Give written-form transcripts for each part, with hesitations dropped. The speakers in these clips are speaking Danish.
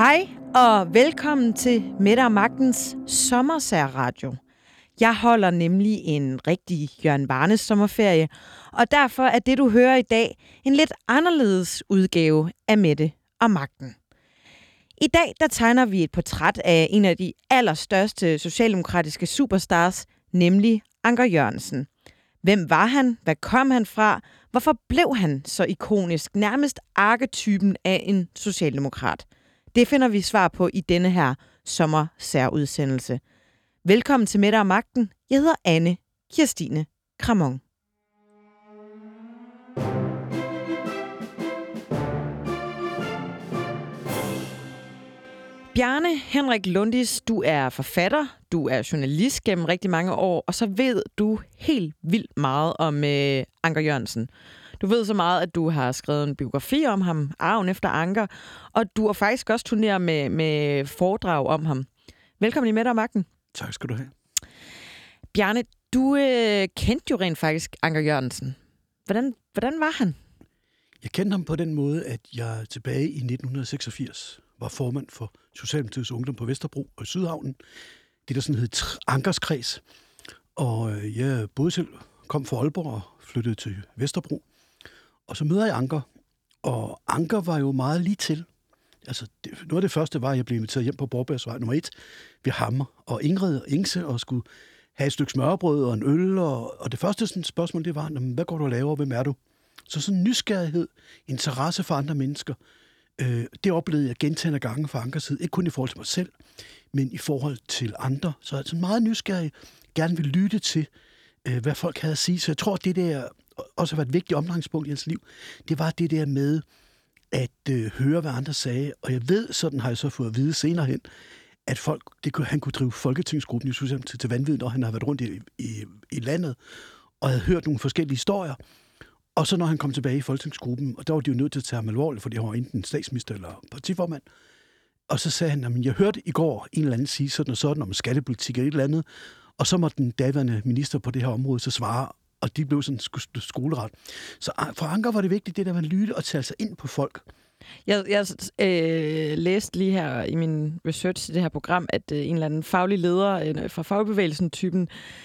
Hej og velkommen til Mette og Magtens sommersærradio. Jeg holder nemlig en rigtig Jørgen Varnes sommerferie, og derfor er det, du hører i dag, en lidt anderledes udgave af Mette og Magten. I dag der tegner vi et portræt af en af de allerstørste socialdemokratiske superstars, nemlig Anker Jørgensen. Hvem var han? Hvad kom han fra? Hvorfor blev han så ikonisk, nærmest arketypen af en socialdemokrat? Det finder vi svar på i denne her sommersærudsendelse. Velkommen til Mette og Magten. Jeg hedder Anne Kirstine Kramon. Bjarne Henrik Lundis, du er forfatter, du er journalist gennem rigtig mange år, og så ved du helt vildt meget om Anker Jørgensen. Du ved så meget, at du har skrevet en biografi om ham, Arven efter Anker, og du har faktisk også turneret med foredrag om ham. Velkommen i Mette og Magten. Tak skal du have. Bjarne, du kendte jo rent faktisk Anker Jørgensen. Hvordan var han? Jeg kendte ham på den måde, at jeg tilbage i 1986 var formand for Socialdemokratiets Ungdom på Vesterbro og Sydhavnen. Det der sådan hed Ankers kreds. Og jeg både selv kom fra Aalborg og flyttede til Vesterbro. Og så møder jeg Anker. Og Anker var jo meget lige til. Altså, noget af det første var, at jeg blev inviteret hjem på Borgbergsvej nummer 1 ved ham og Ingrid og Ingse og skulle have et stykke smørbrød og en øl. Og det første sådan, spørgsmål, det var, hvad går du og laver, hvem er du? Så sådan nysgerrighed, interesse for andre mennesker, det oplevede jeg gentagne gange fra Ankers side. Ikke kun i forhold til mig selv, men i forhold til andre. Så jeg er meget nysgerrig, gerne vil lytte til, hvad folk havde at sige. Så jeg tror, det der også var et vigtigt omdrejningspunkt i hans liv. Det var det der med at høre, hvad andre sagde. Og jeg ved, sådan har jeg så fået at vide senere hen, at han kunne drive Folketingsgruppen i Socialdemokratiet til vanvid, når han har været rundt i landet, og havde hørt nogle forskellige historier. Og så når han kom tilbage i Folketingsgruppen, og der var de jo nødt til at tage ham alvorligt, for det var enten statsminister eller partiformand. Og så sagde han, at jeg hørte i går en eller anden sige sådan og sådan om skattepolitik og et eller andet, og så må den daværende minister på det her område så svare, og de blev sådan skoleret. Så for Anker var det vigtigt, det der med at lytte og tage sig ind på folk. Jeg læste lige her i min research til det her program, at en eller anden faglig leder fra fagbevægelsen-typen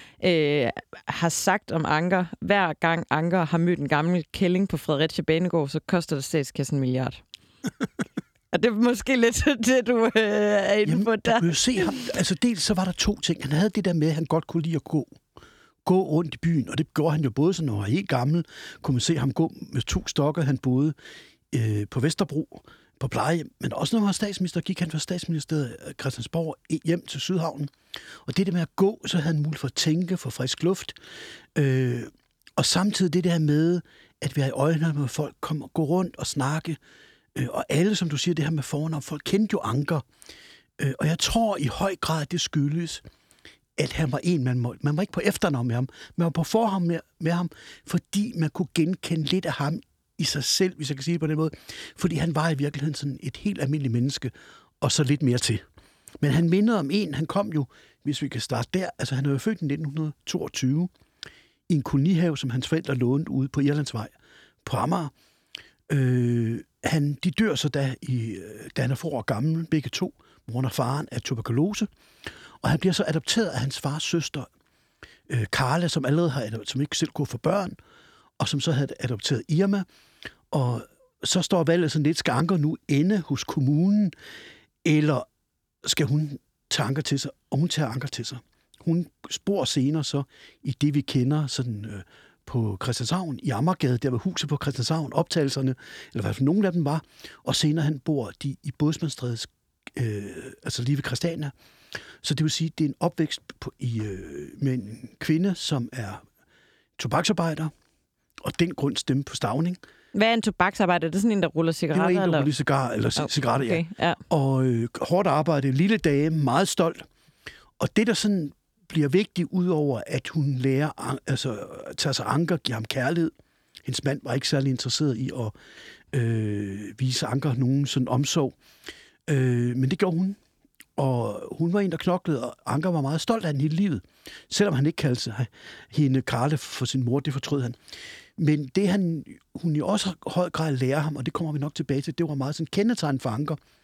har sagt om Anker, hver gang Anker har mødt en gammel kælling på Fredericia Banegård, så koster det statskassen 1 milliard. Og det er måske lidt det, du er inde på der. Jamen, se ham. Altså dels så var der 2 ting. Han havde det der med, at han godt kunne lide at gå rundt i byen, og det gjorde han jo både, så når han var helt gammel, kunne man se ham gå med 2 stokker. Han boede på Vesterbro på plejehjem, men også når han var statsminister, gik han fra statsministeriet Christiansborg hjem til Sydhavnen. Og det der med at gå, så havde han mulighed for at tænke, for frisk luft. Og samtidig det der med, at vi har i øjnene med folk gå rundt og snakke. Og alle, som du siger, det her med fornavn, folk kendte jo Anker. Og jeg tror i høj grad, at det skyldes, at han var man var ikke på efternavn med ham, man var på forhånd med ham, fordi man kunne genkende lidt af ham i sig selv, hvis jeg kan sige det på den måde. Fordi han var i virkeligheden sådan et helt almindeligt menneske, og så lidt mere til. Men han mindede om han kom jo, hvis vi kan starte der, altså han er jo født i 1922, i en kolonihave, som hans forældre lånte ude på Irlandsvej på Amager. De dør så da han er 4 år gammel, begge 2, moren og faren, af tuberkulose. Og han bliver så adopteret af hans fars søster, Carla, som ikke selv kunne få børn, og som så havde adopteret Irma. Og så står valget sådan lidt, skal Anker nu ende hos kommunen, eller skal hun tage Anker til sig? Og hun tager Anker til sig. Hun spor senere så i det, vi kender sådan på Christianshavn, i Amagergade, der var huset på Christianshavn, optagelserne, eller hvad for nogle af dem var, og senere han bor de i Bådsmandsstrædes, altså lige ved Christiania. Så det vil sige, det er en opvækst med en kvinde, som er tobaksarbejder, og den grund stemme på Stauning. Hvad er en tobaksarbejder? Er det sådan en, der ruller cigaretter? Det var en, der ruller cigaretter, okay. Ja. Og hårdt arbejde, lille dame, meget stolt. Og det, der sådan bliver vigtigt, udover at hun lærer at tage sig Anker, give ham kærlighed. Hendes mand var ikke særlig interesseret i at vise Anker nogen sådan omsorg. Men det gjorde hun. Og hun var en, der knoklede, og Anker var meget stolt af hende hele livet. Selvom han ikke kaldte sig hende Karle for sin mor, det fortrød han. Men det hun jo også i høj grad lærer ham, og det kommer vi nok tilbage til, det var meget sådan kendetegn for Anker.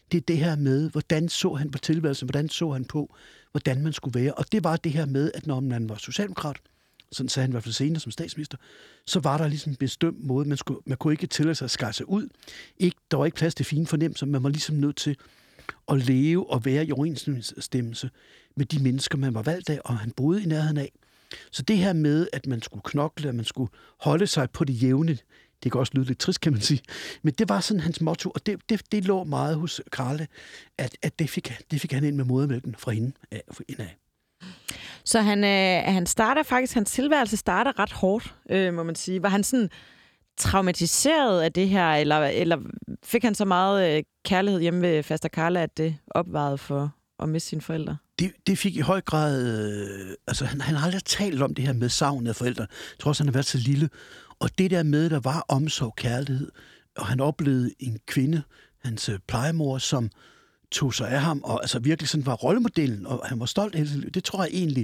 det er det her med, hvordan så han på tilværelsen, hvordan så han på, hvordan man skulle være. Og det var det her med, at når man var socialdemokrat, sådan sagde han i hvert fald senere som statsminister, så var der ligesom en bestemt måde, man kunne ikke tillade sig at skære sig ud. Der var ikke plads til fine fornemmelser, man var ligesom nødt til at leve og være i overensstemmelse med de mennesker, man var valgt af, og han boede i nærheden af. Så det her med, at man skulle knokle, at man skulle holde sig på det jævne, det kan også lyde lidt trist, kan man sige, men det var sådan hans motto, og det lå meget hos Karla, at det fik han ind med modermælken fra hende af. Så han starter faktisk, hans tilværelse starter ret hårdt, må man sige. Var han sådan traumatiseret af det her, eller fik han så meget kærlighed hjemme ved faster Karla, at det opvejede for at miste sine forældre? Det fik i høj grad... han har aldrig talt om det her med savnet af forældre. Jeg tror også, han har været så lille. Og det der med, der var omsorg, kærlighed, og han oplevede en kvinde, hans plejemor, som tog sig af ham, og altså virkelig sådan var rollemodellen, og han var stolt af det. Det tror jeg egentlig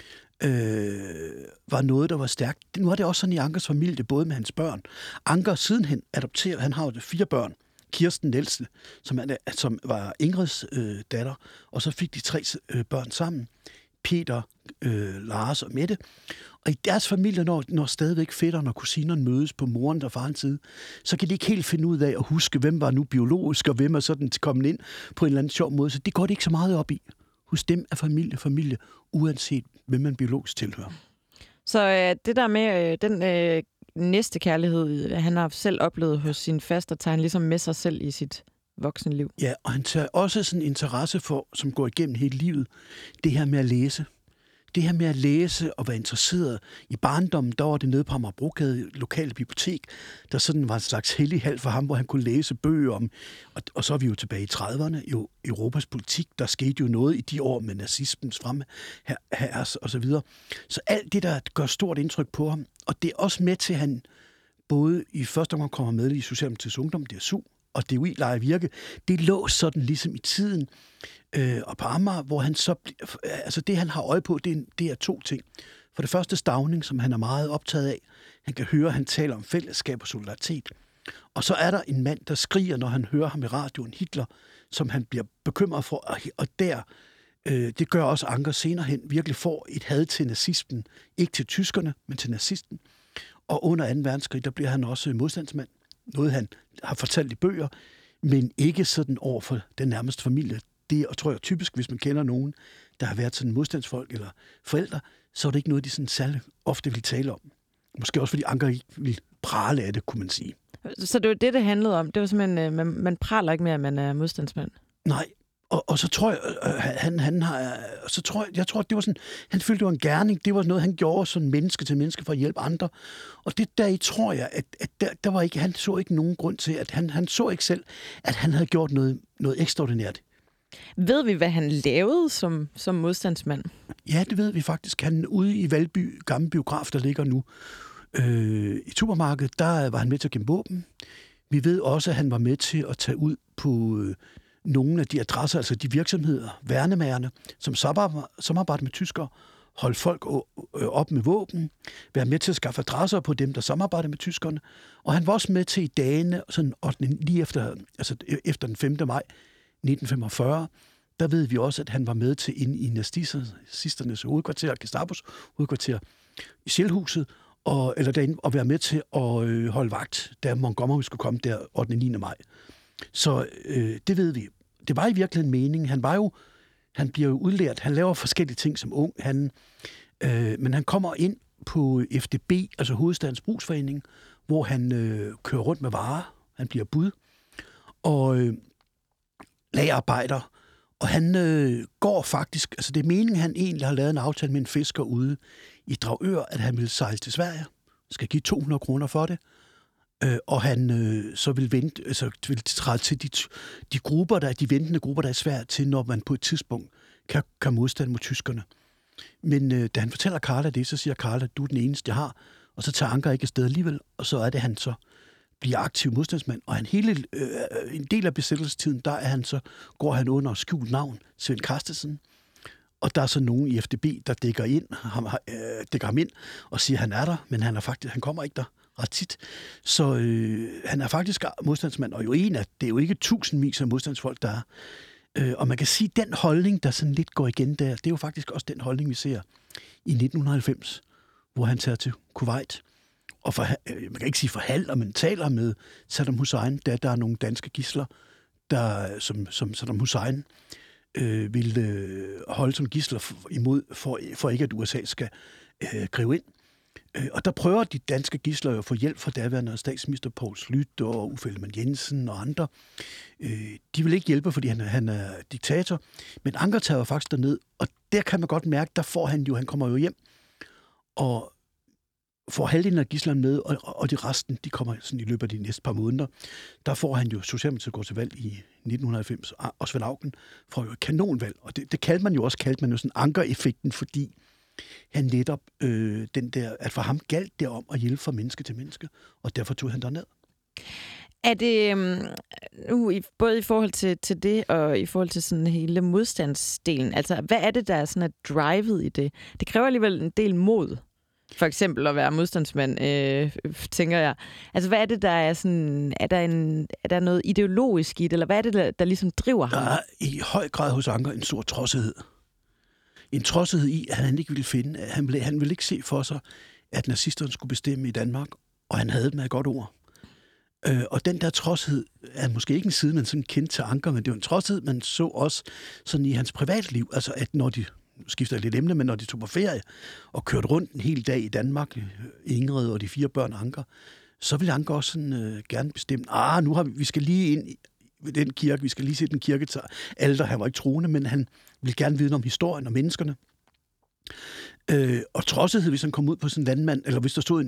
var noget, der var stærkt. Nu er det også sådan i Ankers familie, både med hans børn. Anker sidenhen adopterer, han har jo 4 børn. Kirsten Nielsen, som var Ingrids datter, og så fik de 3 børn sammen. Peter, Lars og Mette. Og i deres familie, når stadigvæk fætterne og kusinerne mødes på moren og farens side, så kan de ikke helt finde ud af at huske, hvem var nu biologisk, og hvem er sådan kommet ind på en eller anden sjov måde. Så det går det ikke så meget op i. Hos dem er familie, uanset hvem man biologisk tilhører. Så det der med den næste kærlighed, han har selv oplevet hos sin faster, tager han ligesom med sig selv i sit voksenliv. Ja, og han tager også sådan en interesse for, som går igennem hele livet, det her med at læse. Det her med at læse og være interesseret. I barndommen, der var det nede på Amagerbrogade lokale bibliotek, der sådan var en slags hellig hal for ham, hvor han kunne læse bøger om. Og så er vi jo tilbage i 30'erne, i Europas politik. Der skete jo noget i de år med nazismens fremhersk og så videre. Så alt det, der gør stort indtryk på ham, og det er også med til, at han både i første omgang kommer med i Socialdemokratiets Ungdom, DSU, og DUI leger virke, det lå sådan ligesom i tiden, og på Amager, hvor han så... Altså det, han har øje på, det er 2 ting. For det første Stauning, som han er meget optaget af. Han kan høre, at han taler om fællesskab og solidaritet. Og så er der en mand, der skriger, når han hører ham i radioen, Hitler, som han bliver bekymret for. Og det gør også Anker senere hen, virkelig får et had til nazismen. Ikke til tyskerne, men til nazisten. Og under 2. verdenskrig, der bliver han også modstandsmand. Noget, han har fortalt i bøger, men ikke sådan over for den nærmeste familie. Det tror jeg typisk, hvis man kender nogen, der har været sådan modstandsfolk eller forældre, så er det ikke noget, de sådan særlig ofte vil tale om. Måske også, fordi Anker ikke vil prale af det, kunne man sige. Så det var det handlede om? Det var simpelthen, man praler ikke mere, at man er modstandsmand? Nej. Og så tror jeg, jeg tror, det var sådan, han følte, det var en gerning. Det var noget, han gjorde sådan menneske til menneske for at hjælpe andre. Og det deri tror jeg, at der var ikke, han så ikke nogen grund til, at han så ikke selv, at han havde gjort noget ekstraordinært. Ved vi, hvad han lavede som modstandsmand? Ja, det ved vi faktisk. Han ude i Valby, gamle biograf, der ligger nu i supermarkedet, der var han med til at gemme våben. Vi ved også, at han var med til at tage ud på nogle af de adresser, altså de virksomheder, værnemagerne, som samarbejder med tyskere, holde folk op med våben, være med til at skaffe adresser på dem, der samarbejder med tyskerne. Og han var også med til i dagene, sådan, lige efter den 5. maj 1945, der ved vi også, at han var med til inde i nazisternes hovedkvarter, Gestapos hovedkvarter i Sjælhuset, og være med til at holde vagt, da Montgomery skulle komme der 8. og 9. maj. Så det ved vi. Det var i virkeligheden meningen. Han bliver jo udlært. Han laver forskellige ting som ung. Men han kommer ind på FDB, altså Hovedstadens Brugsforening, hvor han kører rundt med varer. Han bliver bud. Og lagerarbejder. Og han går faktisk... Altså det er meningen, han egentlig har lavet en aftale med en fisker ude i Dragør, at han vil sejle til Sverige. Skal give 200 kroner for det. Og han så vil træde til de ventende grupper, der er svært til, når man på et tidspunkt kan modstande mod tyskerne. Men da han fortæller Karla det, så siger Karla, du er den eneste, jeg har. Og så tager Anker ikke afsted alligevel, og så er det, han så bliver aktiv modstandsmand. Og en del af besættelsestiden, går han under skjult navn, Svend Carstensen. Og der er så nogen i FDB, der dækker ham ind og siger, at han er der, men han kommer ikke der. ret tit. Så han er faktisk modstandsmand, og det er jo ikke tusindvis af modstandsfolk, der er. Og man kan sige, at den holdning, der sådan lidt går igen der, det er jo faktisk også den holdning, vi ser i 1990, hvor han tager til Kuwait. Og man kan ikke sige forhandler, men taler med Saddam Hussein, da der er nogle danske gidsler, som Saddam Hussein ville holde som gidsler imod, for ikke at USA skal gribe ind. Og der prøver de danske gidsler at få hjælp fra daværende statsminister Poul Schlüter og Uffe Ellemann-Jensen og andre. De vil ikke hjælpe, fordi han er diktator, men Anker tager faktisk derned, og der kan man godt mærke, han kommer jo hjem, og får halvdelen af gidslerne med, og de resten, de kommer sådan i løbet af de næste par måneder. Der får han jo Socialdemokratiet går til valg i 1990, og Svend Auken får jo et kanonvalg, og det kaldte man jo sådan Anker-effekten, fordi han netop den der, at for ham galt det om at hjælpe fra menneske til menneske, og derfor tog han derned. Er det nu både i forhold til det, og i forhold til sådan hele modstandsdelen, altså hvad er det, der er sådan er drivet i det? Det kræver alligevel en del mod, for eksempel at være modstandsmand, tænker jeg. Altså hvad er det, der er sådan, er der noget ideologisk i det, eller hvad er det, der ligesom driver ham? Der er i høj grad hos Anker en stor trodsighed. En trodsighed i, at han ikke ville finde, han ville ikke se for sig, at nazisterne skulle bestemme i Danmark, og han havde dem af et godt ord. Og den der trodsighed er måske ikke en side, man sådan kendte til Anker, men det var en trodsighed, man så også sådan i hans privatliv. Altså at når de skifter lidt emne, men når de tog på ferie og kørte rundt en hel dag i Danmark, Ingrid og de 4 børn Anker, så ville Anker også sådan, gerne bestemme, vi skal lige ind i den kirke, vi skal lige se den kirke til alter. Han var ikke troende, men han ville gerne vide om historien og menneskerne. Og trodsighed, hvis han kom ud på sådan en landmand, eller hvis der stod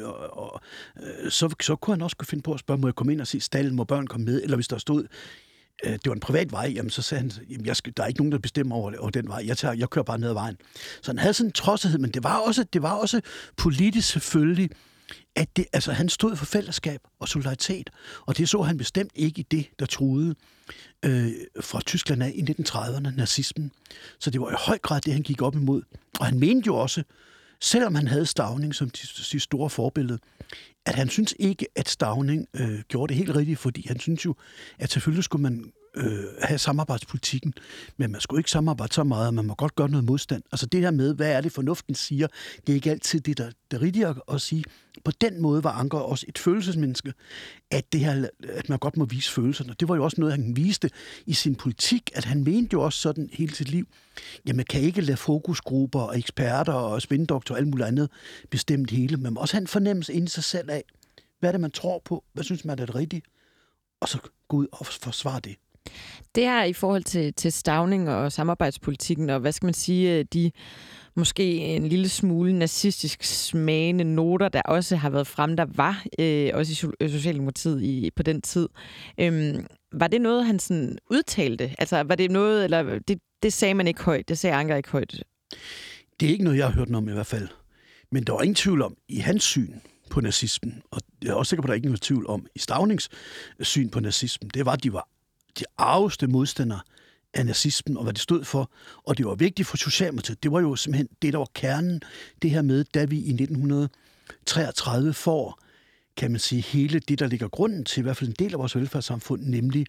så kunne han også finde på at spørge, må jeg komme ind og se stallen, må børn komme med, eller hvis der stod, det var en privat vej, jamen så sagde han, jamen der er ikke nogen, der bestemmer over den vej, jeg kører bare ned ad vejen. Så han havde sådan en trodsighed, men det var også politisk selvfølgelig, at han stod for fællesskab og solidaritet, og det så han bestemt ikke i det, der truede fra Tyskland af i 1930'erne, nazismen. Så det var i høj grad det, han gik op imod. Og han mente jo også, selvom han havde Stauning som sit store forbillede, at han synes ikke, at Stauning gjorde det helt rigtigt, fordi han synes jo, at selvfølgelig skulle man have samarbejdspolitikken, men man skulle ikke samarbejde så meget, man må godt gøre noget modstand. Altså det her med, hvad er det fornuften siger, det er ikke altid det, der er rigtigt at sige. På den måde var Anker også et følelsesmenneske, at man godt må vise følelserne. Det var jo også noget, han viste i sin politik, at han mente jo også sådan hele sit liv, jamen man kan ikke lade fokusgrupper og eksperter og spindoktorer og alt muligt andet bestemme det hele, men man må også have en fornemmelse inde i sig selv af, hvad er det, man tror på, hvad synes man er det rigtige, og så gå ud og forsvare det. Det her i forhold til Stauning og samarbejdspolitikken, og hvad skal man sige, de måske en lille smule nazistisk smagende noter, der også har været frem, der var også i Socialdemokratiet på den tid. Var det noget, han sådan udtalte? Altså var det noget, eller det sagde man ikke højt, det sagde Anker ikke højt? Det er ikke noget, jeg har hørt om i hvert fald. Men der var ingen tvivl om, i hans syn på nazismen, og jeg er også sikker på, at der ikke er nogen tvivl om, i Staunings syn på nazismen, det var, at de var de arveste modstandere af nazismen, og hvad det stod for. Og det var vigtigt for Socialdemokratiet. Det var jo simpelthen det, der var kernen. Det her med, da vi i 1933 får, kan man sige, hele det, der ligger grunden til, i hvert fald en del af vores velfærdssamfund, nemlig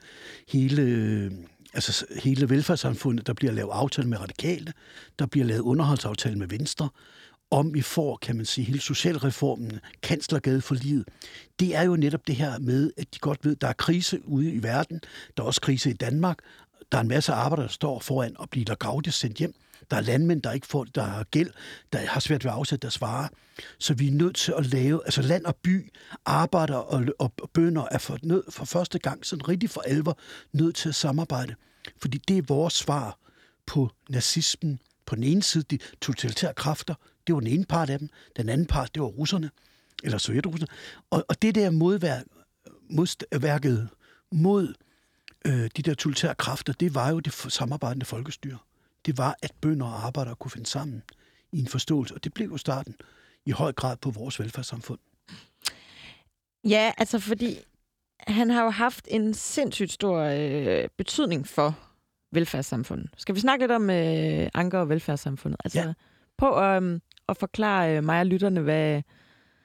hele velfærdssamfundet, der bliver lavet aftale med radikale, der bliver lavet underholdsaftale med Venstre, om vi får, kan man sige, hele socialreformen, kanslergade for livet. Det er jo netop det her med, at de godt ved, at der er krise ude i verden, der er også krise i Danmark, der er en masse arbejdere, der står foran og bliver gavdigt sendt hjem. Der er landmænd, der ikke får det, der har gæld, der har svært ved at afsætte deres varer. Så vi er nødt til at lave, altså land og by, arbejdere og bønder er for første gang sådan rigtig for alvor nødt til at samarbejde. Fordi det er vores svar på nazismen. På den ene side, de totalitære kræfter, det var den ene part af dem. Den anden part, det var russerne, eller sovjetrusserne. Og det der modværket mod de der totalitære kræfter, det var jo det samarbejdende folkestyre. Det var, at bønder og arbejdere kunne finde sammen i en forståelse, og det blev jo starten i høj grad på vores velfærdssamfund. Ja, altså fordi han har jo haft en sindssygt stor betydning for velfærdssamfundet. Skal vi snakke lidt om Anker og velfærdssamfundet? Altså, ja. Prøv at forklare mig og lytterne,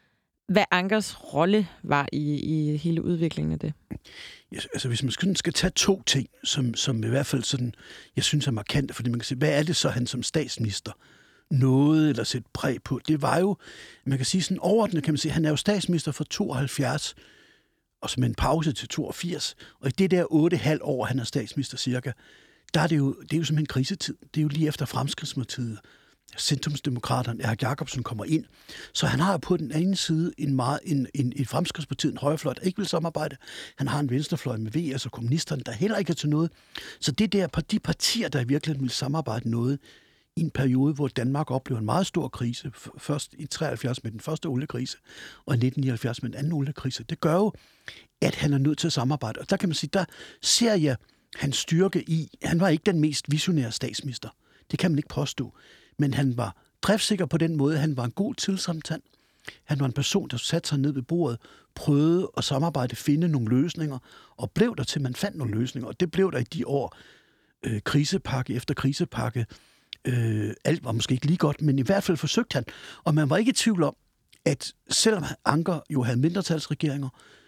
hvad Ankers rolle var i hele udviklingen af det? Ja, altså hvis man skal tage to ting, som i hvert fald sådan, jeg synes er markante, fordi man kan sige, hvad er det så, han som statsminister nåede eller sætte præg på? Det var jo, man kan sige sådan overordnet, kan man sige, han er jo statsminister fra 72, og så med en pause til 82, og i det der 8,5 år, han er statsminister cirka, der er det er jo simpelthen krisetid. Det er jo lige efter Fremskridtspartiet, Centrumsdemokraterne, Erik Jacobsen kommer ind. Så han har på den ene side en Fremskridtspartiet, en højrefløj, der ikke vil samarbejde. Han har en venstrefløj med VS og kommunisterne, der heller ikke er til noget. Så det der på de partier, der i virkeligheden vil samarbejde noget, i en periode, hvor Danmark oplever en meget stor krise, først i 73 med den første oliekrise, og i 1979 med den anden oliekrise, det gør jo, at han er nødt til at samarbejde. Og der kan man sige, der ser jeg hans styrke i, han var ikke den mest visionære statsminister. Det kan man ikke påstå. Men han var driftsikker på den måde. Han var en god tilsamtand. Han var en person, der satte sig ned ved bordet, prøvede at samarbejde, finde nogle løsninger, og blev der til, man fandt nogle løsninger. Og det blev der i de år, krisepakke efter krisepakke. Alt var måske ikke lige godt, men i hvert fald forsøgte han. Og man var ikke i tvivl om, at selvom Anker jo havde mindretalsregeringer,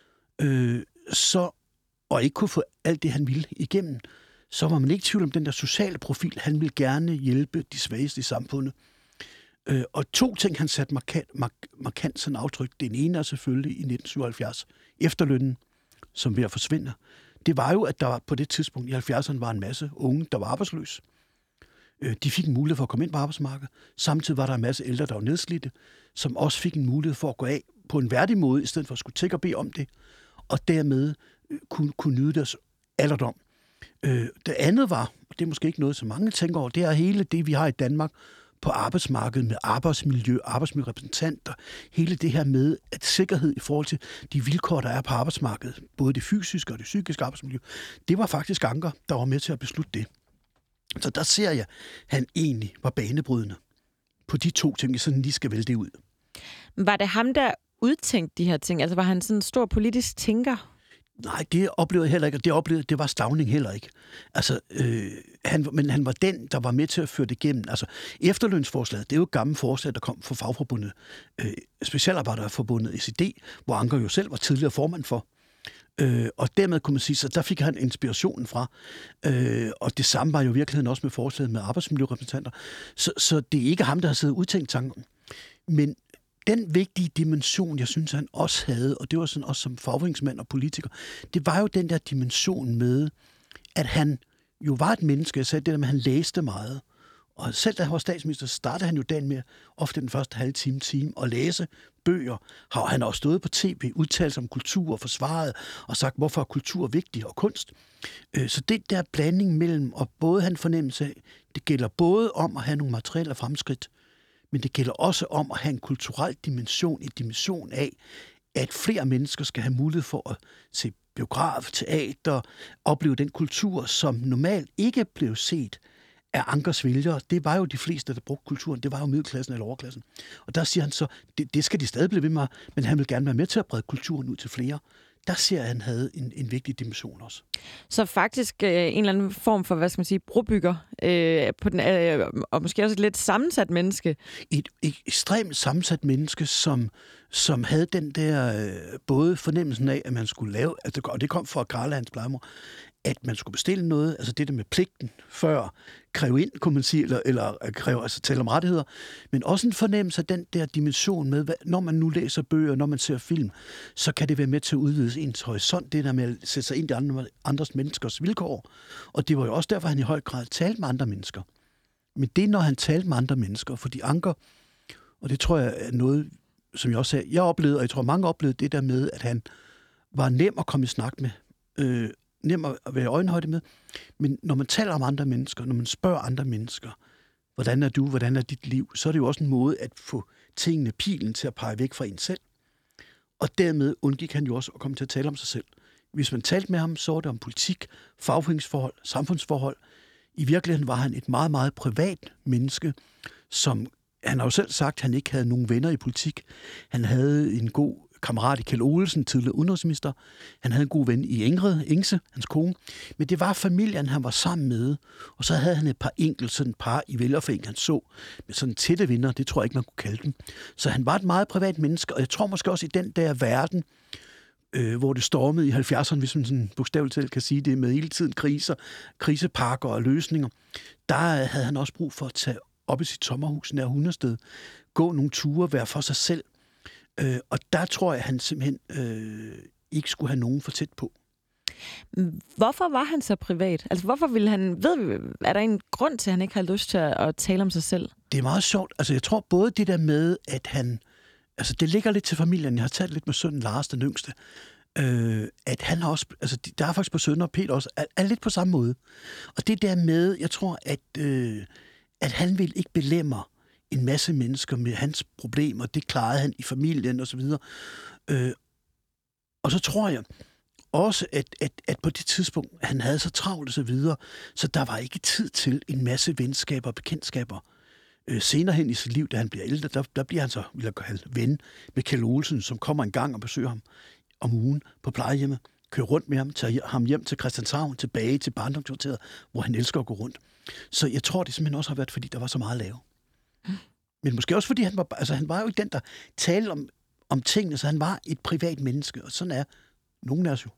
og ikke kunne få alt det, han ville igennem, så var man ikke i tvivl om den der sociale profil. Han ville gerne hjælpe de svageste i samfundet. Og to ting, han satte markant sådan aftryk. Den ene er selvfølgelig i 1977, efterlønnen, som ved at forsvinde. Det var jo, at der på det tidspunkt i 70'erne var en masse unge, der var arbejdsløse. De fik en mulighed for at komme ind på arbejdsmarkedet. Samtidig var der en masse ældre, der var nedslidte, som også fik en mulighed for at gå af på en værdig måde, i stedet for at skulle tække og bede om det, og dermed kunne nyde deres alderdom. Det andet var, og det er måske ikke noget, som mange tænker over, det er hele det, vi har i Danmark på arbejdsmarkedet med arbejdsmiljø, arbejdsmiljørepræsentanter, hele det her med at sikkerhed i forhold til de vilkår, der er på arbejdsmarkedet, både det fysiske og det psykiske arbejdsmiljø, det var faktisk Anker, der var med til at beslutte det. Så der ser jeg, at han egentlig var banebrydende på de to ting, sådan lige skal vælge det ud. Var det ham, der udtænkte de her ting? Altså var han sådan en stor politisk tænker? Nej, det oplevede jeg heller ikke, og det var Stauning heller ikke. Altså, men han var den, der var med til at føre det igennem. Altså, efterlønsforslaget, det er jo et gammelt forslag, der kom fra fagforbundet, Specialarbejderforbundet SED, hvor Anker jo selv var tidligere formand for. Og dermed kunne man sige, så der fik han inspirationen fra. Og det samme var jo i virkeligheden også med forslaget med arbejdsmiljørepræsentanter. Så det er ikke ham, der har siddet udtænkt tanken. Men den vigtige dimension, jeg synes, han også havde, og det var sådan også som fagforeningsmand og politiker, det var jo den der dimension med, at han jo var et menneske. Jeg sagde det der med, at han læste meget. Og selv da han var statsminister, startede han jo dagen med, ofte den første halve time, at læse bøger. Han har også stået på tv, udtalt sig om kultur og forsvaret, og sagt, hvorfor er kultur vigtig og kunst. Så det der blanding mellem, og både han fornemmelse af, det gælder både om at have nogle materielle fremskridt, men det gælder også om at have en kulturel dimension, en dimension af, at flere mennesker skal have mulighed for at se biograf, teater, opleve den kultur, som normalt ikke blev set af Ankers vælgere. Det var jo de fleste, der brugte kulturen. Det var jo middelklassen eller overklassen. Og der siger han så, det skal de stadig blive ved med, men han vil gerne være med til at brede kulturen ud til flere. Der ser jeg, at han havde en vigtig dimension også. Så faktisk en eller anden form for, hvad skal man sige, brobygger, på den, og måske også et lidt sammensat menneske. Et ekstremt sammensat menneske, som havde den der både fornemmelsen af, at man skulle lave, og det kom fra Karl Hans Plejmor, at man skulle bestille noget, altså det der med pligten før kræve ind, kunne man sige, eller kræve, altså tale om rettigheder, men også en fornemmelse af den der dimension med, når man nu læser bøger, når man ser film, så kan det være med til at udvide ens horisont, det der med at sætte sig ind i andres menneskers vilkår. Og det var jo også derfor, han i høj grad talte med andre mennesker. Men det, når han talte med andre mennesker, fordi Anker, og det tror jeg er noget, som jeg også sagde, jeg oplevede, og jeg tror mange oplevede det der med, at han var nem at komme i snak med, nem at være i øjenhøjde med, men når man taler om andre mennesker, når man spørger andre mennesker, hvordan er du, hvordan er dit liv, så er det jo også en måde at få tingene, pilen til at pege væk fra en selv. Og dermed undgik han jo også at komme til at tale om sig selv. Hvis man talte med ham, så var det om politik, fagforeningsforhold, samfundsforhold. I virkeligheden var han et meget, meget privat menneske, som han har jo selv sagt, at han ikke havde nogen venner i politik. Han havde en god kammerat i Kjeld Olesen, tidligere udenrigsminister. Han havde en god ven i Ingrid Ingse, hans kone. Men det var familien, han var sammen med. Og så havde han et par i vælgerforeningen, han så med sådan tætte venner. Det tror jeg ikke, man kunne kalde dem. Så han var et meget privat menneske, og jeg tror måske også i den der verden, hvor det stormede i 70'erne, hvis man sådan bogstaveligt talt kan sige det, med hele tiden krisepakker og løsninger, der havde han også brug for at tage op i sit sommerhus nær Hundested, gå nogle ture, være for sig selv. Og der tror jeg, han simpelthen ikke skulle have nogen for tæt på. Hvorfor var han så privat? Altså, hvorfor ville han... er der en grund til, at han ikke har lyst til at tale om sig selv? Det er meget sjovt. Altså, jeg tror både det der med, at han... Altså, det ligger lidt til familien. Jeg har talt lidt med sønnen Lars, den yngste. At han har også... Altså, der er faktisk på sønnen og Peter også, er lidt på samme måde. Og det der med, jeg tror, at han vil ikke belemre en masse mennesker med hans problemer. Det klarede han i familien og så videre. Og så tror jeg også, at på det tidspunkt, han havde så travlt og så videre, så der var ikke tid til en masse venskaber og bekendtskaber. Senere hen i sit liv, da han bliver ældre, der bliver han så, vil jeg kalde, ven med Kjeld Olesen, som kommer en gang og besøger ham om ugen på plejehjemmet, kører rundt med ham, tager ham hjem til Christianshavn, tilbage til barndomskvarteret, hvor han elsker at gå rundt. Så jeg tror, det simpelthen også har været, fordi der var så meget at lave. Men måske også, fordi han var jo ikke den, der talte om tingene, så han var et privat menneske, og sådan er nogen af os jo.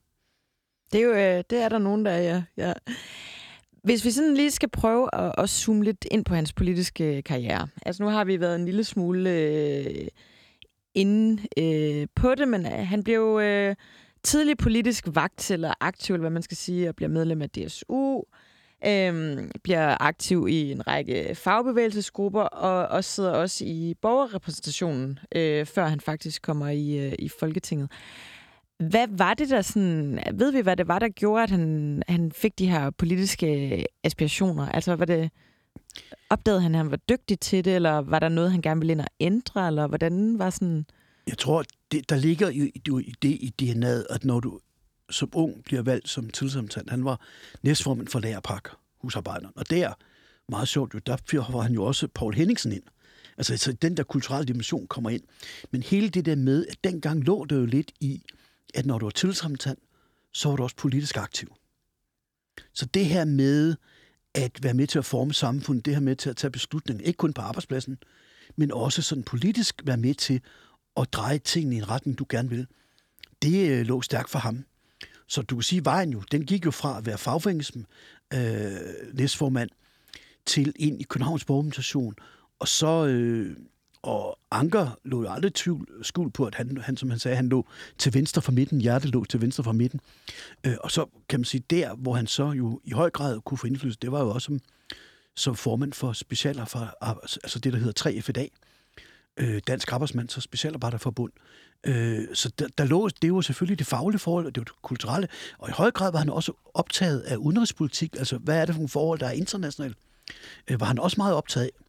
Det er der nogen, der er, ja. Hvis vi sådan lige skal prøve at zoome lidt ind på hans politiske karriere. Altså nu har vi været en lille smule inde på det, men han blev tidlig politisk vagt, eller aktiv, eller hvad man skal sige, og bliver medlem af DSU, bliver aktiv i en række fagbevægelsesgrupper, og sidder også i borgerrepræsentationen, før han faktisk kommer i Folketinget. Hvad var det der sådan... Ved vi, hvad det var, der gjorde, at han fik de her politiske aspirationer? Altså, var det... Opdagede han, at han var dygtig til det, eller var der noget, han gerne ville ind og ændre, eller hvordan var sådan... Jeg tror, der ligger i det i DNA'et, at når du som ung bliver valgt som tillidsrepræsentant, han var næstformand for Lagerpark, husarbejderen, og der, meget sjovt jo, der var han jo også Poul Henningsen ind. Altså, så den der kulturelle dimension kommer ind. Men hele det der med, at dengang lå det jo lidt i, at når du var tillidsrepræsentant, så var du også politisk aktiv. Så det her med at være med til at forme samfundet, det her med til at tage beslutninger, ikke kun på arbejdspladsen, men også sådan politisk være med til at dreje tingene i en retning, du gerne vil, det lå stærkt for ham. Så du kan sige, vejen jo, den gik jo fra at være fagforeningsmand, næstformand, til ind i Københavns Borgerrepræsentation, og så... Og Anker lå jo aldrig skjul på, at han, som han sagde, han lå til venstre for midten, hjertet lå til venstre for midten. Og så kan man sige, der, hvor han så jo i høj grad kunne få indflydelse, det var jo også som formand for altså det, der hedder 3FDA, Dansk Arbejdsmands- og Specialarbejderforbund. Så der lå, det var selvfølgelig det faglige forhold, og det var det kulturelle, og i høj grad var han også optaget af udenrigspolitik, altså hvad er det for nogle forhold, der er internationalt, var han også meget optaget af.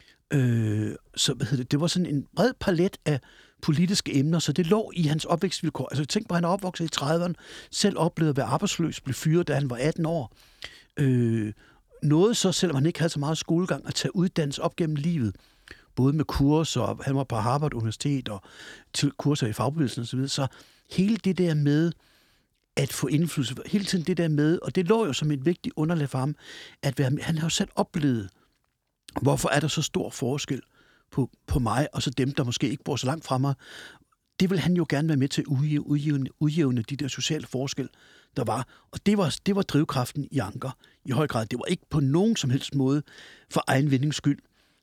Så det var sådan en bred palet af politiske emner, så det lå i hans opvækstvilkår. Altså tænk på, at han er opvokset i 30'erne, selv oplevede at være arbejdsløs, blev fyret, da han var 18 år. Noget så, selvom han ikke havde så meget skolegang, at tage uddannelse op gennem livet, både med kurser, og han var på Harvard Universitet, og til kurser i fagbevægelsen osv., så hele det der med at få indflydelse, hele tiden det der med, og det lå jo som et vigtigt underlag for ham, at han har jo selv oplevet, hvorfor er der så stor forskel på mig, og så dem, der måske ikke bor så langt fra mig. Det vil han jo gerne være med til at udjævne de der sociale forskel, der var. Og det var drivkraften i Anker i høj grad. Det var ikke på nogen som helst måde for egen vindings skyld.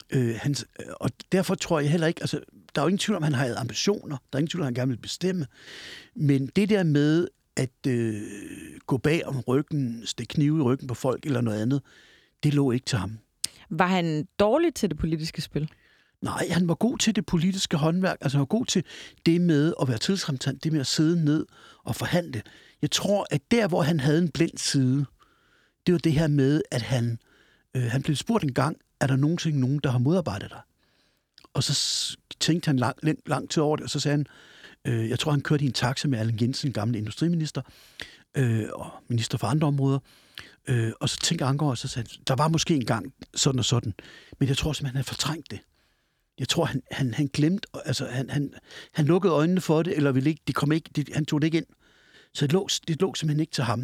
Og derfor tror jeg heller ikke, altså, der er jo ingen tvivl om, at han har ambitioner. Der er ingen tvivl om, at han gerne vil bestemme. Men det der med at gå bag om ryggen, stikke knive i ryggen på folk eller noget andet, det lå ikke til ham. Var han dårlig til det politiske spil? Nej, han var god til det politiske håndværk. Altså han var god til det med at være tillidsrepræsentant, det med at sidde ned og forhandle. Jeg tror, at der, hvor han havde en blind side, det var det her med, at han blev spurgt en gang, er der nogen, der har modarbejdet dig? Og så tænkte han lang tid over det, og så sagde han, jeg tror, han kørte i en taxa med Allan Jensen, gamle industriminister, og minister for andre områder. Og så tænkte Anker, og så sagde han, der var måske en gang sådan og sådan, men jeg tror simpelthen, han havde fortrængt det. Jeg tror, han glemte, altså han lukkede øjnene for det, eller ville ikke, han tog det ikke ind. Så det lå simpelthen ikke til ham.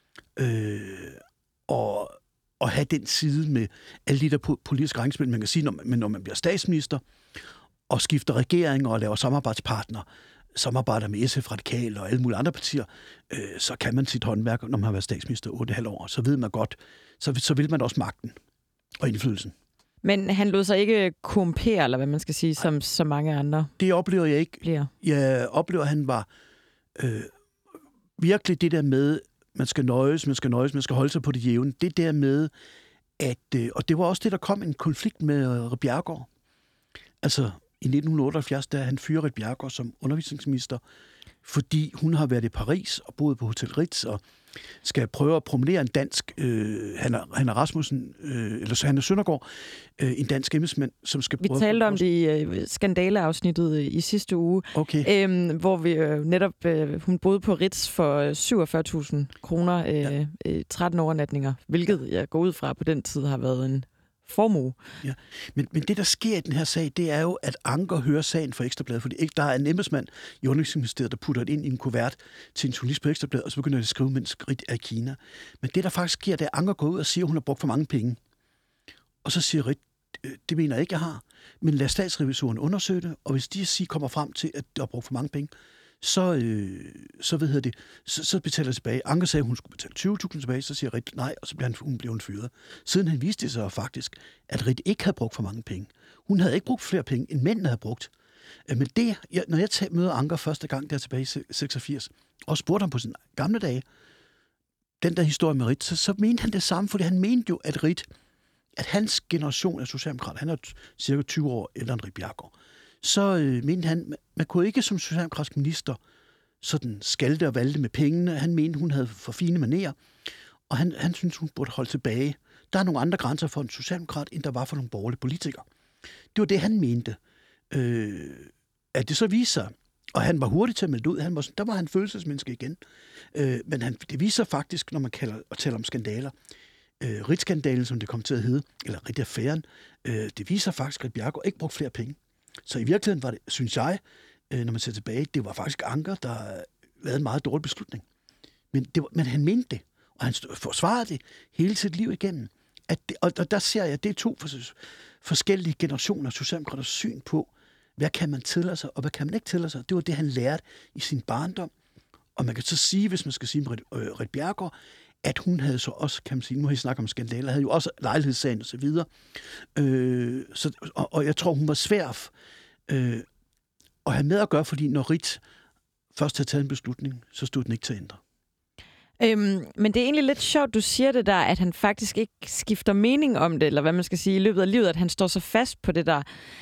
Og have den side med alle de der politiske arrangementer. Man kan sige, når man bliver statsminister og skifter regeringer og laver samarbejder med SF Radikale og alle mulige andre partier, så kan man sit håndværk, når man har været statsminister 8,5 år. Så ved man godt, så vil man også magten og indflydelsen. Men han lod sig ikke korrumpere, eller hvad man skal sige, som så mange andre. Det oplever jeg ikke. Jeg oplever, at han var virkelig det der med, man skal holde sig på det jævne. Det der med, og det var også det, der kom en konflikt med Ritt Bjerregaard. Altså i 1978, da han fyrer Ritt Bjerregaard som undervisningsminister, fordi hun har været i Paris og boet på Hotel Ritz og skal prøve at promenere en dansk, Hanna Rasmussen, eller Hanna Søndergaard, en dansk embedsmand, som skal prøve... Vi talte om det i skandaleafsnittet i sidste uge, hvor vi netop, hun boede på Ritz for 47.000 kroner, 13 overnatninger, hvilket jeg går ud fra på den tid har været en formue. Ja. Men det, der sker i den her sag, det er jo, at Anker hører sagen for Ekstra Bladet, fordi der er en embedsmand i Undervisningsministeriet, der putter det ind i en kuvert til en journalist på Ekstra Bladet, og så begynder de at skrive, mens Ritt er i Kina. Men det, der faktisk sker, det er, at Anker går ud og siger, at hun har brugt for mange penge. Og så siger Ritt, det mener jeg ikke, jeg har. Men lad statsrevisoren undersøge det, og hvis de kommer frem til, at der har brugt for mange penge, så betaler jeg tilbage. Anker sagde, at hun skulle betale 20.000 tilbage, så siger Ritt nej, og så blev hun fyret. Siden han viste det sig faktisk, at Ritt ikke havde brugt for mange penge. Hun havde ikke brugt flere penge, end mændene havde brugt. Men det, når jeg møder Anker første gang der tilbage i 86, og spurgte ham på sine gamle dage, den der historie med Ritt, så mente han det samme, fordi han mente jo, at hans generation af socialdemokrater, han er cirka 20 år ældre end Ritt Bjerregaard, så mente han, man kunne ikke som socialdemokratisk minister sådan skalte og valte med pengene. Han mente, hun havde for fine manerer, og han syntes, hun burde holde tilbage. Der er nogle andre grænser for en socialdemokrat, end der var for nogle borgerlige politikere. Det var det, han mente. At det så viser sig, og han var hurtig til at melde ud, der var han følelsesmenneske igen. Men det viser faktisk, når man taler om skandaler, Ritt-skandalen, som det kom til at hedde, eller Ritt-affæren, det viser faktisk, at Ritt Bjerregaard ikke brugte flere penge. Så i virkeligheden var det, synes jeg, når man ser tilbage, det var faktisk Anker, der lavede en meget dårlig beslutning. Men han mente det, og han forsvarede det hele sit liv igennem. Og der ser jeg, det er to forskellige generationer af socialdemokraters syn på, hvad kan man tillade sig, og hvad kan man ikke tillade sig. Det var det, han lærte i sin barndom. Og man kan så sige, hvis man skal sige med Ritt Bjerregaard, at hun havde så også, kan man sige, nu har I snakket om skandaler, havde jo også lejlighedssagen og så videre. Og jeg tror, hun var svær at have med at gøre, fordi når Ritt først havde taget en beslutning, så stod den ikke til at ændre. Men det er egentlig lidt sjovt, du siger det der, at han faktisk ikke skifter mening om det, eller hvad man skal sige, i løbet af livet, at han står så fast på det der.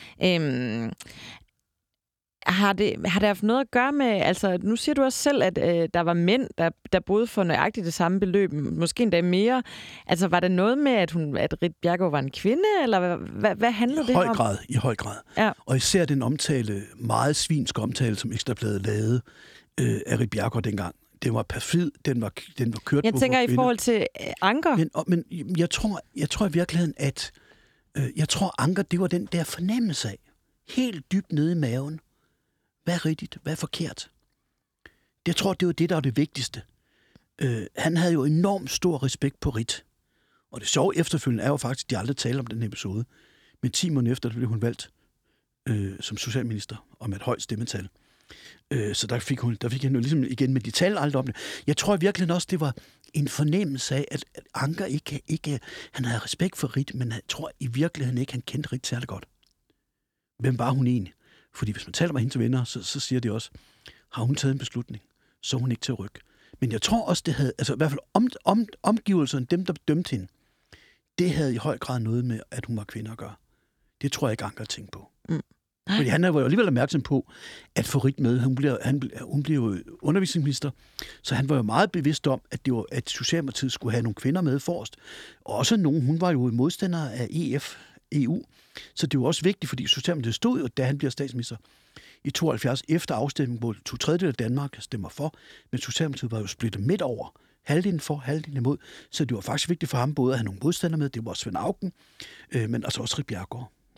Har det haft noget at gøre med, altså nu siger du også selv, at der var mænd, der boede for nøjagtigt det samme beløb, måske endda mere. Altså var det noget med, at Ritt Bjerregaard var en kvinde, eller hvad handlede det om? I høj grad. Ja. Og især den meget svinske omtale, som Ekstra Bladet lavede af Ritt Bjerregaard dengang. Den var perfid, den var kørt på. Jeg tænker i forhold til Anker. Men jeg tror i virkeligheden, at Anker, det var den der fornemmelse af, helt dybt nede i maven, hvad er rigtigt, hvad er forkert. Jeg tror, det var det, der var det vigtigste. Han havde jo enormt stor respekt på Ritt. Og det sjove efterfølgende er jo faktisk, at de aldrig talte om den episode. Men 10 måneder efter blev hun valgt som socialminister og med et højt stemmetal. Så der fik han jo ligesom igen, men de talte aldrig om det. Jeg tror virkelig også, det var en fornemmelse af, at Anker ikke han havde respekt for Ritt, men jeg tror i virkeligheden ikke, han kendte Ritt særlig godt. Hvem var hun egentlig? Fordi hvis man taler med hendes venner, så siger de også, har hun taget en beslutning, så er hun ikke til at rykke. Men jeg tror også, det havde, altså i hvert fald omgivelserne, dem der dømte hende, det havde i høj grad noget med, at hun var kvinde at gøre. Det tror jeg ikke, Anker tænkte på. Fordi han var jo alligevel opmærksom på, at få Ritt med, hun blev jo undervisningsminister, så han var jo meget bevidst om, at Socialdemokratiet skulle have nogle kvinder med forrest. Og også hun var jo modstander af EU. Så det var også vigtigt, fordi Socialdemokratiet stod jo, da han bliver statsminister i 72 efter afstemningen, hvor 2/3 af Danmark stemmer for, men Socialdemokratiet var jo splittet midt over. Halvdelen for, halvdelen imod. Så det var faktisk vigtigt for ham både at have nogle modstandere med, det var også Svend Auken, men altså også Ritt Bjerregaard.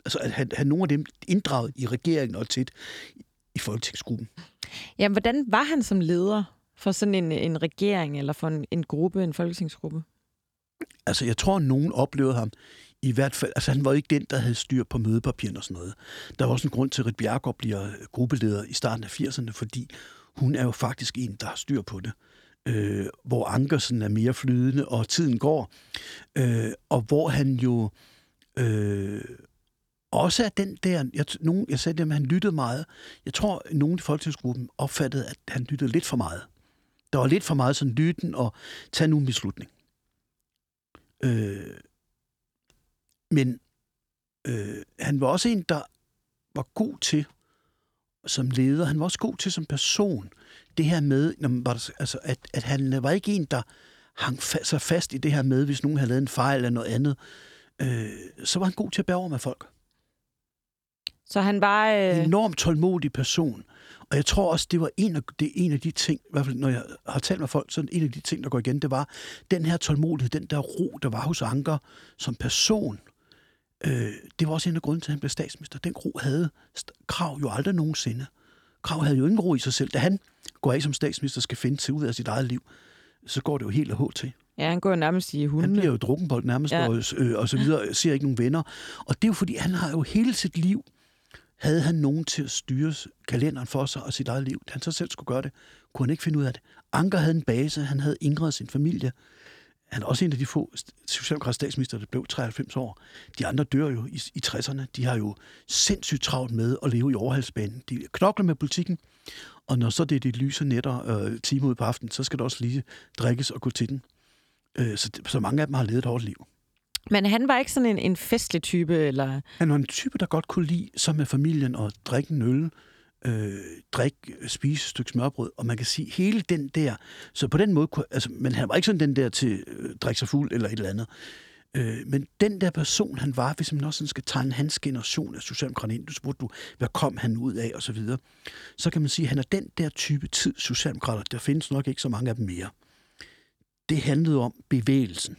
Altså at have nogle af dem inddraget i regeringen og tæt i folketingsgruppen. Ja, hvordan var han som leder for sådan en regering eller for en gruppe, en folketingsgruppe? Altså, jeg tror, at nogen oplevede ham i hvert fald. Altså, han var ikke den, der havde styr på mødepapirerne og sådan noget. Der var også en grund til, at Ritt Bjerregaard bliver gruppeleder i starten af 80'erne, fordi hun er jo faktisk en, der har styr på det. Hvor Ankersen er mere flydende, og tiden går. Og hvor han jo også er den der... Jeg sagde det, at han lyttede meget. Jeg tror, at nogen i folketingsgruppen opfattede, at han lyttede lidt for meget. Der var lidt for meget sådan lytten og tage nu en beslutning. Men han var også en, der var god til som leder. Han var også god til som person. Det her med, at han var ikke en, der hang sig fast i det her med, hvis nogen havde lavet en fejl eller noget andet. Så var han god til at bære over med folk. Så han var... En enormt tålmodig person. Og jeg tror også, det var en af de ting, i hvert fald når jeg har talt med folk, så en af de ting, der går igen, det var den her tålmodighed, den der ro, der var hos Anker som person. Det var også en af grunden til, at han blev statsminister. Den ro havde Krag jo aldrig nogensinde. Krag havde jo ingen ro i sig selv. Da han går af som statsminister skal finde sig ud af sit eget liv, så går det jo helt af H til. Ja, han går jo nærmest i hunden. Han bliver jo drukkenbold nærmest, ja. og så videre, ser ikke nogen venner. Og det er jo fordi, han har jo hele sit liv, havde han nogen til at styre kalenderen for sig og sit eget liv. Han så selv skulle gøre det, kunne han ikke finde ud af det. Anker havde en base, han havde Ingrid og sin familie. Han er også en af de få socialdemokratiske statsminister, der blev 93 år. De andre dør jo i 60'erne. De har jo sindssygt travlt med at leve i overhalsbanen. De knokler med politikken, og når så det er de lyse nætter timer ud på aftenen, så skal det også lige drikkes og gå til den. Så mange af dem har levet et hårdt liv. Men han var ikke sådan en festlig type, eller? Han var en type, der godt kunne lide, som med familien, at drikke en øl, spise et stykke smørbrød, og man kan sige, hele den der, så på den måde, men han var ikke sådan den der til drikke sig fuld eller et eller andet, men den der person, han var, hvis man også sådan skal tegne hans generation af socialdemokrater ind, du spurgte hvad kom han ud af, og så videre, så kan man sige, at han er den der type tid socialdemokrater, der findes nok ikke så mange af dem mere. Det handlede om bevægelsen.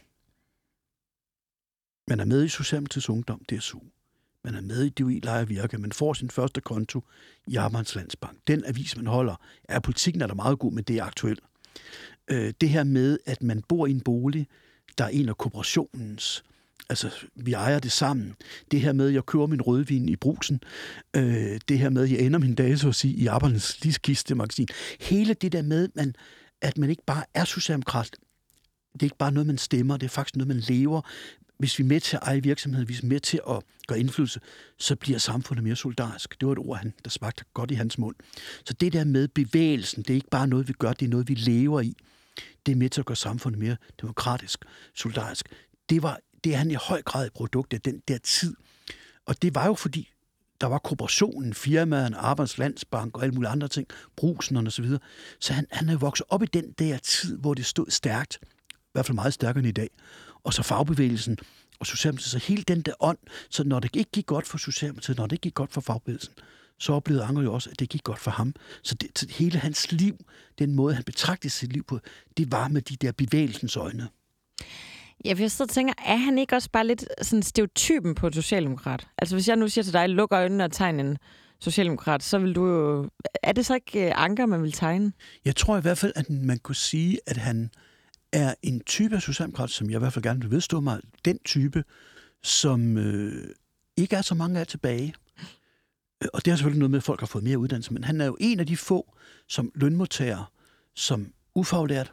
Man er med i Socialdemokratiets Ungdom, DSU. Man er med i DUI Leje Virke. Man får sin første konto i Arbejdslandsbank. Den avis, man holder, politikken er der meget god, men det er aktuelt. Det her med, at man bor i en bolig, der er en af kooperationens, altså vi ejer det sammen. Det her med, at jeg køber min rødvin i Brugsen. Det her med, at jeg ender min dage, så at sige, i Arbejdernes Livskiste magasin. Hele det der med, at man ikke bare er socialdemokrat. Det er ikke bare noget, man stemmer. Det er faktisk noget, man lever. Hvis vi er med til at eje virksomheden, hvis vi er med til at gøre indflydelse, så bliver samfundet mere solidarisk. Det var et ord, der smagte godt i hans mund. Så det der med bevægelsen, det er ikke bare noget, vi gør, det er noget, vi lever i. Det er med til at gøre samfundet mere demokratisk, solidarisk. Det er han i høj grad et produkt af den der tid. Og det var jo fordi, der var kooperationen, firmaerne, Arbejdslandsbank og alle mulige andre ting, Brugsen og så videre. Så han er jo vokset op i den der tid, hvor det stod stærkt, i hvert fald meget stærkere end i dag. Og så fagbevægelsen og Socialdemokratiet, så hele den der ånd, så når det ikke gik godt for Socialdemokratiet, når det ikke gik godt for fagbevægelsen, så oplevede Anker jo også, at det gik godt for ham. Så hele hans liv, den måde, han betragtede sit liv på, det var med de der bevægelsens øjne. Ja, for jeg så tænker, er han ikke også bare lidt sådan stereotypen på et socialdemokrat? Altså hvis jeg nu siger til dig, luk øjnene og tegn en socialdemokrat, så vil du jo... Er det så ikke Anker, man vil tegne? Jeg tror i hvert fald, at man kunne sige, at han er en type af socialdemokrat, som jeg i hvert fald gerne vil vedstå mig, den type, som ikke er så mange af tilbage. Og det har selvfølgelig noget med, at folk har fået mere uddannelse, men han er jo en af de få som lønmodtager, som ufaglært,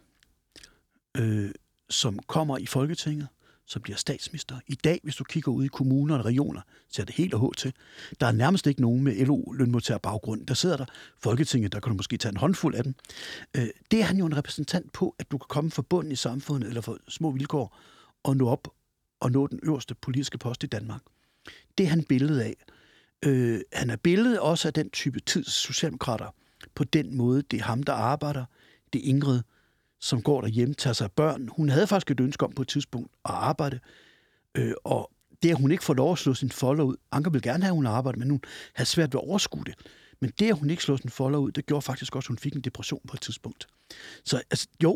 som kommer i Folketinget, som bliver statsminister. I dag, hvis du kigger ud i kommuner og regioner, så er det helt og til. Der er nærmest ikke nogen med LO-lønmodtagerbaggrund. Der sidder der Folketinget, der kan du måske tage en håndfuld af dem. Det er han jo en repræsentant på, at du kan komme fra bunden i samfundet, eller for små vilkår, og nå op og nå den øverste politiske post i Danmark. Det er han billedet af. Han er billedet også af den type tids socialdemokrater. På den måde, det er ham, der arbejder. Det er Ingrid, som går derhjemme, tager sig af børn. Hun havde faktisk et ønske om på et tidspunkt at arbejde, og det, at hun ikke får lov at slå sin folder ud. Anker vil gerne have, at hun arbejder, men hun havde svært ved at overskue det. Men det, at hun ikke slår sin folder ud, det gjorde faktisk også, at hun fik en depression på et tidspunkt. Så altså, jo,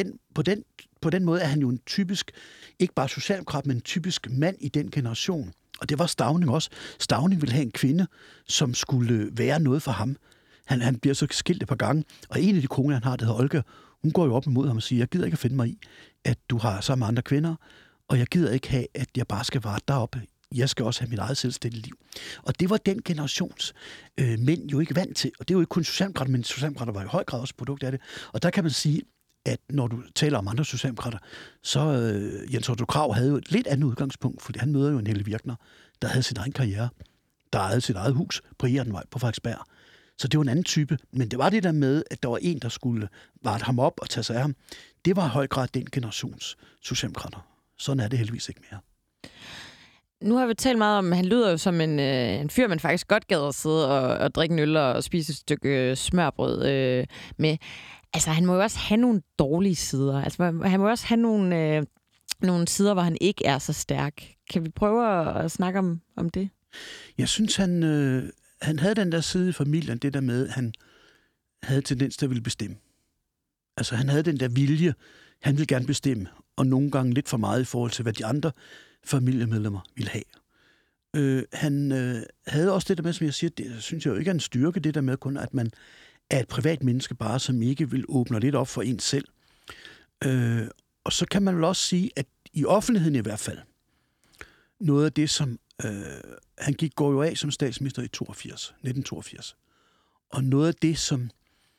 på den måde er han jo en typisk, ikke bare socialdemokrat, men en typisk mand i den generation. Og det var Stauning også. Stauning ville have en kvinde, som skulle være noget for ham. Han bliver så skilt et par gange, og en af de koner, han har, der hedder Olga, hun går jo op imod ham og siger, jeg gider ikke at finde mig i, at du har sammen med andre kvinder, og jeg gider ikke have, at jeg bare skal vare deroppe. Jeg skal også have mit eget selvstændige liv. Og det var den generations mænd jo ikke vant til. Og det er jo ikke kun socialdemokrater, men socialdemokrater var i høj grad også produkt af det. Og der kan man sige, at når du taler om andre socialdemokrater, så Jens Otto Krag havde jo et lidt andet udgangspunkt, fordi han møder jo en Helle Virkner, der havde sin egen karriere, der ejede sit eget hus på Jernvej på Frederiksberg. Så det var en anden type. Men det var det der med, at der var en, der skulle varte ham op og tage sig af ham. Det var i høj grad den generations socialdemokrater. Sådan er det heldigvis ikke mere. Nu har vi talt meget om, at han lyder jo som en fyr, man faktisk godt gad at sidde og drikke en øl og spise et stykke smørbrød med. Altså, han må jo også have nogle dårlige sider. Altså, han må også have nogle sider, hvor han ikke er så stærk. Kan vi prøve at snakke om det? Jeg synes, han havde den der side i familien, det der med, at han havde tendens til at ville bestemme. Altså, han havde den der vilje, han ville gerne bestemme, og nogle gange lidt for meget i forhold til, hvad de andre familiemedlemmer ville have. Han havde også det der med, som jeg siger, det synes jeg jo ikke er en styrke, det der med kun, at man er et privat menneske bare, som ikke vil åbne lidt op for en selv. Og så kan man vel også sige, at i offentligheden i hvert fald, noget af det, som han går jo af som statsminister i 1982. Og noget af det, som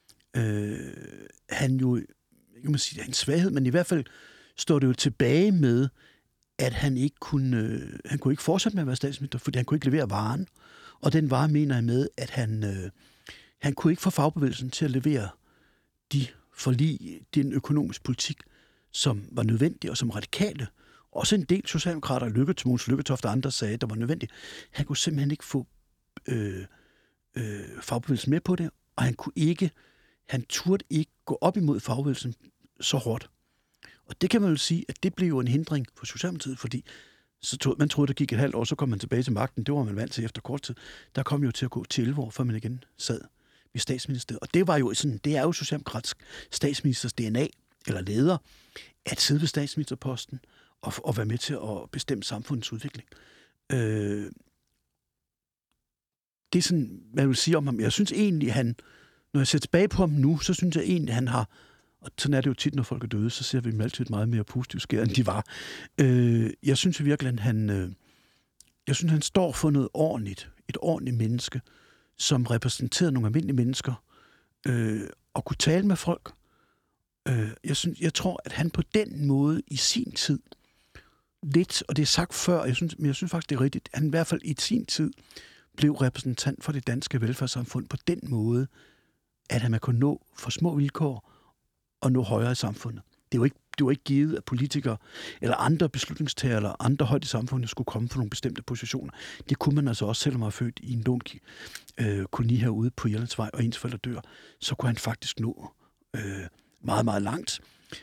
han jo, kan man sige, det er en svaghed, men i hvert fald står det jo tilbage med, at han kunne ikke fortsætte med at være statsminister, fordi han kunne ikke levere varen. Og den vare mener jeg med, at han kunne ikke få fagbevægelsen til at levere den økonomiske politik, som var nødvendig, og som radikale. Også en del socialdemokrater, Mogens Lykketoft og andre sagde, der var nødvendigt. Han kunne simpelthen ikke få fagbevægelsen med på det, og han turde ikke gå op imod fagbevægelsen så hårdt. Og det kan man jo sige, at det blev jo en hindring for Socialdemokratiet, fordi man troede, der gik et halvt år, så kom man tilbage til magten. Det var man vant til efter kort tid. Der kom jo til at gå til 11 år, før man igen sad ved statsministeriet. Og det var jo sådan, det er jo socialdemokratisk statsministers DNA, eller leder, at sidde ved statsministerposten og være med til at bestemme samfundets udvikling. Det er sådan, hvad jeg vil sige om ham. Jeg synes egentlig, når jeg ser tilbage på ham nu, så synes jeg egentlig, han har, og sådan er det jo tit, når folk er døde, så ser vi dem altid meget mere positivt skær, end de var. Jeg synes virkelig, han står for noget ordentligt. Et ordentligt menneske, som repræsenterer nogle almindelige mennesker, og kunne tale med folk. Jeg tror, at han på den måde i sin tid, lidt, og det er sagt før, men jeg synes faktisk, det er rigtigt, han i hvert fald i sin tid blev repræsentant for det danske velfærdssamfund på den måde, at han kunne nå for små vilkår og nå højere i samfundet. Det var ikke givet, at politikere eller andre beslutningstagere eller andre højt i samfundet skulle komme på nogle bestemte positioner. Det kunne man altså også, selvom man var født i en lån koloni herude på Irlandsvej, og ens forældre dør, så kunne han faktisk nå meget, meget langt.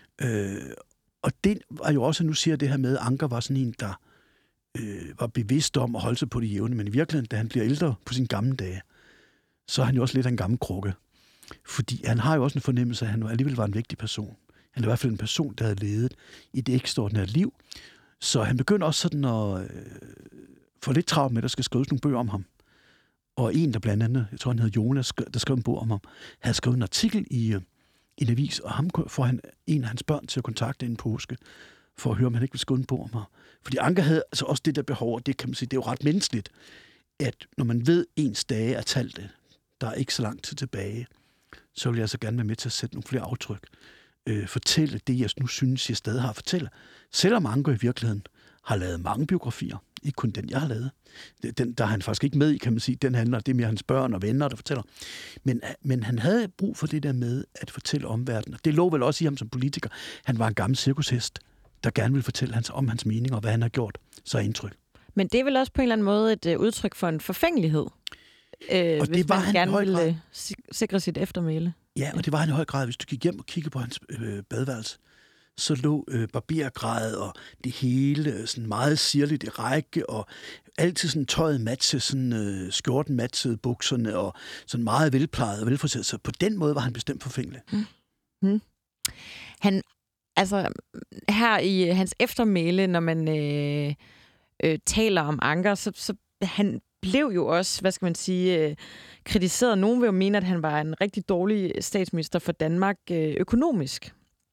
Og det var jo også, nu siger det her med, at Anker var sådan en, der var bevidst om at holde sig på det jævne, men i virkeligheden, da han bliver ældre på sine gamle dage, så er han jo også lidt af en gammel krukke. Fordi han har jo også en fornemmelse, at han alligevel var en vigtig person. Han er i hvert fald en person, der havde levet i det ekstraordinære liv. Så han begynder også sådan at få lidt travlt med, at der skal skrives nogle bøger om ham. Og en, der blandt andet, jeg tror han hed Jonas, der skrev en bog om ham, havde skrevet en artikel i en avis, og ham får han en af hans børn til at kontakte en påske, for at høre, om han ikke vil skrive en bog om ham. Fordi Anker havde altså også det der behov, og det kan man sige, det er jo ret menneskeligt, at når man ved, ens dage er talte, der er ikke så lang tid tilbage, så vil jeg altså gerne være med til at sætte nogle flere aftryk. Fortælle det, jeg nu synes, jeg stadig har at fortælle. Selvom Anker i virkeligheden har lavet mange biografier, ikke kun den, jeg har lavet. Den, der er han faktisk ikke med i, kan man sige. Den handler, det er mere hans børn og venner, der fortæller. Men han havde brug for det der med at fortælle omverdenen. Det lå vel også i ham som politiker. Han var en gammel cirkushest, der gerne ville fortælle om hans mening og hvad han har gjort. Så indtryk. Men det er vel også på en eller anden måde et udtryk for en forfængelighed? Og hvis det var man gerne ville sikre sit eftermæle. Ja, og det var han i høj grad. Hvis du gik hjem og kiggede på hans badeværelse, så lå barbergræd og det hele sådan meget sirligt i række, og altid sådan tøjet matche, sådan skjorten matchede bukserne, og sådan meget velplejet og velforsættet. Så på den måde var han bestemt forfængelig. Han, altså her i hans eftermæle, når man taler om Anker, så han blev jo også, hvad skal man sige, kritiseret. Nogen vil jo mene, at han var en rigtig dårlig statsminister for Danmark økonomisk.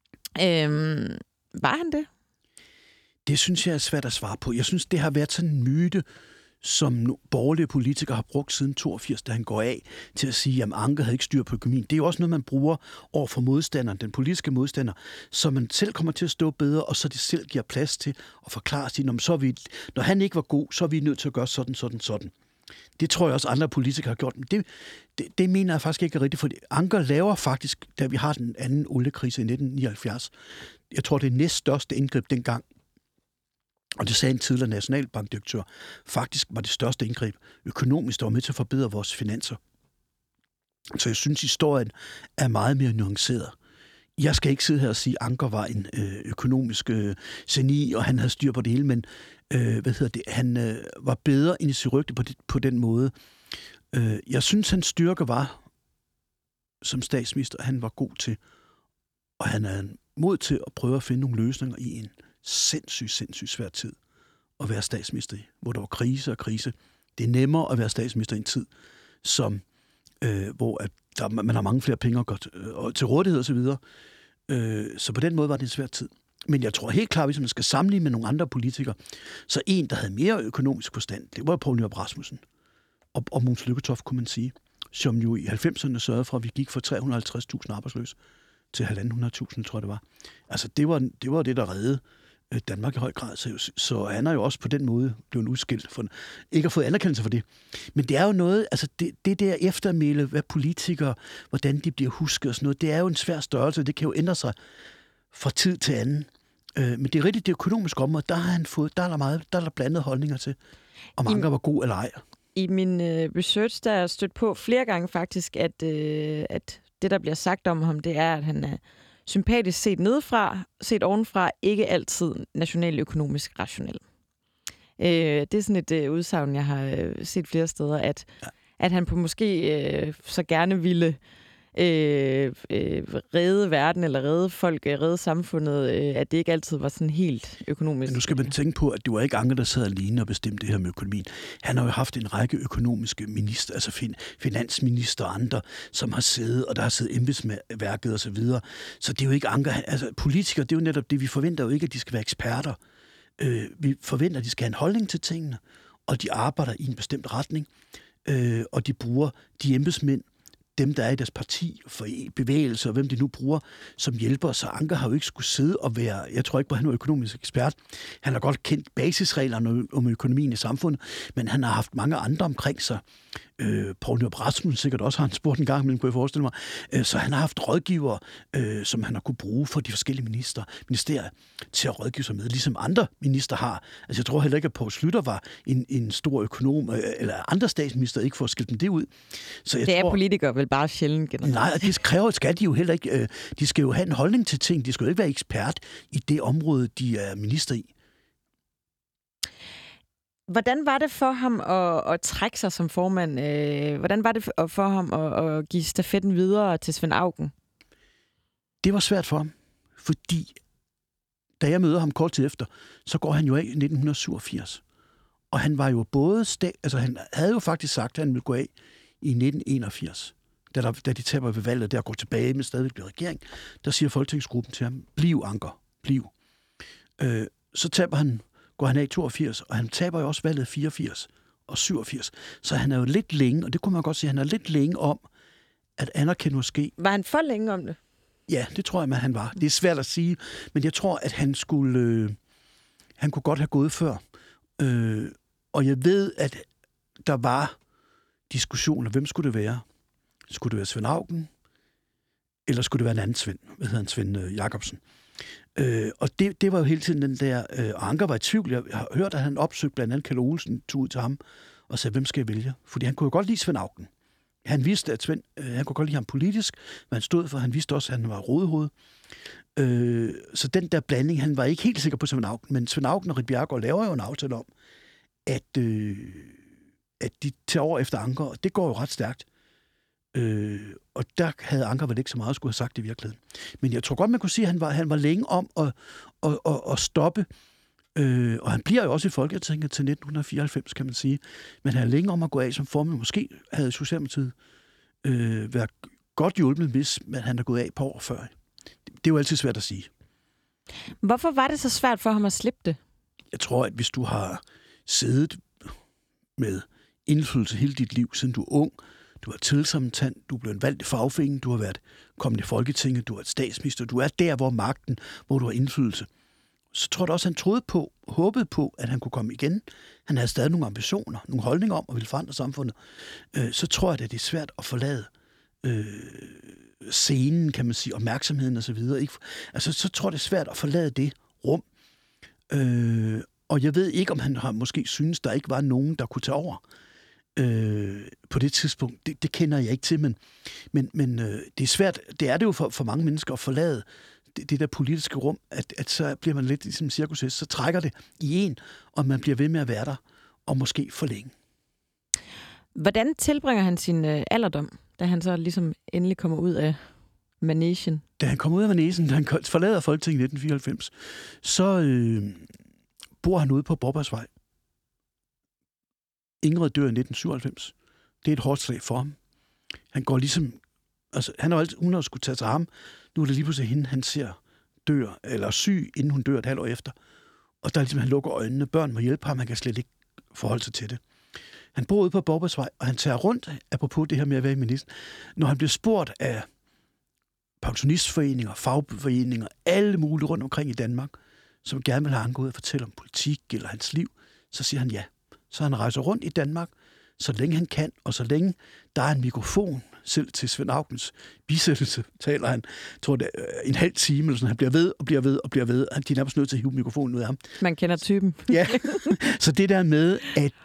Var han det? Det synes jeg er svært at svare på. Jeg synes, det har været sådan en myte, som borgerlige politikere har brugt siden 82, da han går af, til at sige, at Anker havde ikke styr på økonomien. Det er jo også noget, man bruger over for modstanderen, den politiske modstander, så man selv kommer til at stå bedre, og så det selv giver plads til at forklare sig, når han ikke var god, så er vi nødt til at gøre sådan. Det tror jeg også, andre politikere har gjort. Men det mener jeg faktisk ikke er rigtigt, for Anker laver faktisk, da vi har den anden oliekrise i 1979, jeg tror, det er næststørste indgreb dengang, og det sagde en tidligere nationalbankdirektør, faktisk var det største indgreb økonomisk, der var med til at forbedre vores finanser. Så jeg synes, historien er meget mere nuanceret. Jeg skal ikke sidde her og sige, at Anker var en økonomisk geni, og han havde styr på det hele, men han var bedre end i sit rygte på den måde. Jeg synes, hans styrke var som statsminister, han var god til, og han havde mod til at prøve at finde nogle løsninger i en sindssygt svær tid at være statsminister i, hvor der var krise og krise. Det er nemmere at være statsminister i en tid, som, hvor man har mange flere penge til rådighed osv. Så på den måde var det en svær tid. Men jeg tror helt klart, hvis man skal sammenligne med nogle andre politikere, så en, der havde mere økonomisk forstand, det var Poul Nyrup Rasmussen. Og Mogens Lykketoft, kunne man sige, som jo i 90'erne sørgede for, at vi gik fra 350.000 arbejdsløse til 1.500.000, tror jeg det var. Altså, det var det, der reddede Danmark i høj grad. Så han er jo også på den måde blevet udskilt, for ikke at få anerkendelse for det. Men det er jo noget, altså det der eftermæle, hvad politikere, hvordan de bliver husket og sådan noget, det er jo en svær størrelse, det kan jo ændre sig fra tid til anden. Men det er rigtigt, det økonomiske område, der er der blandede holdninger til, om Anker var god eller ej. I min research, der er stødt på flere gange faktisk, at det, der bliver sagt om ham, det er, at han er sympatisk set nedefra, set ovenfra, ikke altid nationaløkonomisk rationel. Det er sådan et udsagn, jeg har set flere steder, at han på måske så gerne ville redde verden, eller redde folk, redde samfundet, at det ikke altid var sådan helt økonomisk. Men nu skal man tænke på, at det var ikke Anker, der sad alene og bestemte det her med økonomien. Han har jo haft en række økonomiske minister, altså finansminister og andre, som har siddet, og der har siddet embedsværket og så videre. Så det er jo ikke Anker. Altså politikere, det er jo netop det, vi forventer jo ikke, at de skal være eksperter. Vi forventer, at de skal have en holdning til tingene, og de arbejder i en bestemt retning, og de bruger de embedsmænd, dem, der er i deres parti, for bevægelser, og hvem de nu bruger som hjælper. Så Anker har jo ikke skulle sidde og være, jeg tror ikke på, at han var økonomisk ekspert. Han har godt kendt basisreglerne om økonomien i samfundet, men han har haft mange andre omkring sig. Poul Nyrup Rasmussen sikkert også har han spurgt en gang, men kunne jeg forestille mig. Så han har haft rådgivere, som han har kunne bruge for de forskellige ministerier til at rådgive sig med, ligesom andre minister har. Altså jeg tror heller ikke, at Poul Schlüter var en stor økonom, eller andre statsminister, ikke for at skille dem det ud. Så det er politikere vel bare sjældent generelt. Nej, og det skal de jo heller ikke. De skal jo have en holdning til ting. De skal jo ikke være ekspert i det område, de er minister i. Hvordan var det for ham at trække sig som formand? Hvordan var det for ham at give stafetten videre til Svend Auken? Det var svært for ham, fordi da jeg møder ham kort tid efter, så går han jo af i 1987. Og han var jo han havde jo faktisk sagt, at han ville gå af i 1981. Da de taber ved valget, der går tilbage, men stadig bliver regering, der siger folketingsgruppen til ham, bliv Anker, bliv. Så går han af i 82, og han taber jo også valget 84 og 87. Så han er jo lidt længe, og det kunne man godt sige, han er lidt længe om at anerkende måske. Var han for længe om det? Ja, det tror jeg, at han var. Det er svært at sige, men jeg tror, at han kunne godt have gået før. Og jeg ved, at der var diskussioner. Hvem skulle det være? Skulle det være Svend Auken? Eller skulle det være en anden Svend? Hvad hedder han? Svend Jakobsen. Og det var jo hele tiden den der... Anker var i tvivl. Jeg har hørt, at han opsøgte blandt andet Kjeld Olsen, tog ud til ham og sagde, hvem skal jeg vælge? Fordi han kunne jo godt lide Svend Auken. Han vidste, at han kunne godt lide ham politisk, men han stod for, han vidste også, at han var rådehoved. Så den der blanding, han var ikke helt sikker på Svend Auken, men Svend Auken og Ritt Bjerregaard laver jo en aftale om, at de tager over efter Anker, og det går jo ret stærkt. Og der havde Anker vel ikke så meget at skulle have sagt i virkeligheden. Men jeg tror godt, man kunne sige, at han var længe om at stoppe Og han bliver jo også i Folketinget til 1994, kan man sige. Men han er længe om at gå af som formand. Måske havde Socialdemokratiet været godt hjulpet, hvis han er gået af på år før. Det er jo altid svært at sige. Hvorfor var det så svært for ham at slippe det? Jeg tror, at hvis du har siddet med indflydelse hele dit liv, siden du er ung, du har tilsammentant, du er blevet valgt i fagforeningen, du har været kommet i Folketinget, du har været statsminister, du er der, hvor magten, hvor du har indflydelse. Så tror jeg også, han håbede på, at han kunne komme igen. Han havde stadig nogle ambitioner, nogle holdninger om at ville forandre samfundet. Så tror jeg, at det er svært at forlade scenen, kan man sige, opmærksomheden osv. Altså, så tror jeg, det er svært at forlade det rum. Og jeg ved ikke, om han har måske synes, der ikke var nogen, der kunne tage over på det tidspunkt. Det kender jeg ikke til, men det er svært. Det er det jo for mange mennesker at forlade det der politiske rum, at så bliver man lidt ligesom en cirkushest, så trækker det i en, og man bliver ved med at være der, og måske for længe. Hvordan tilbringer han sin alderdom, da han så ligesom endelig kommer ud af manegen? Da han kommer ud af manegen, da han forlader Folketinget i 1994, så bor han ude på Borbergsvej. Ingrid dør i 1997. Det er et hårdt slag for ham. Han går ligesom... Altså, hun har skulle tage sig af ham. Nu er det lige pludselig hende, han ser dør, eller syg, inden hun dør et halvt år efter. Og der er ligesom, han lukker øjnene. Børn må hjælpe ham, han kan slet ikke forholde sig til det. Han bor ude på Borbergsvej, og han tager rundt, apropos det her med at være i minister, når han bliver spurgt af pensionistforeninger, fagforeninger, alle mulige rundt omkring i Danmark, som gerne vil have ham gå ud og fortælle om politik eller hans liv, så siger han ja. Så han rejser rundt i Danmark, så længe han kan, og så længe der er en mikrofon, selv til Svend Aukens bisættelse, taler han, tror det en halv time, eller sådan. Han bliver ved og bliver ved og bliver ved. De er nærmest nødt til at hive mikrofonen ud af ham. Man kender typen. Ja, så det der med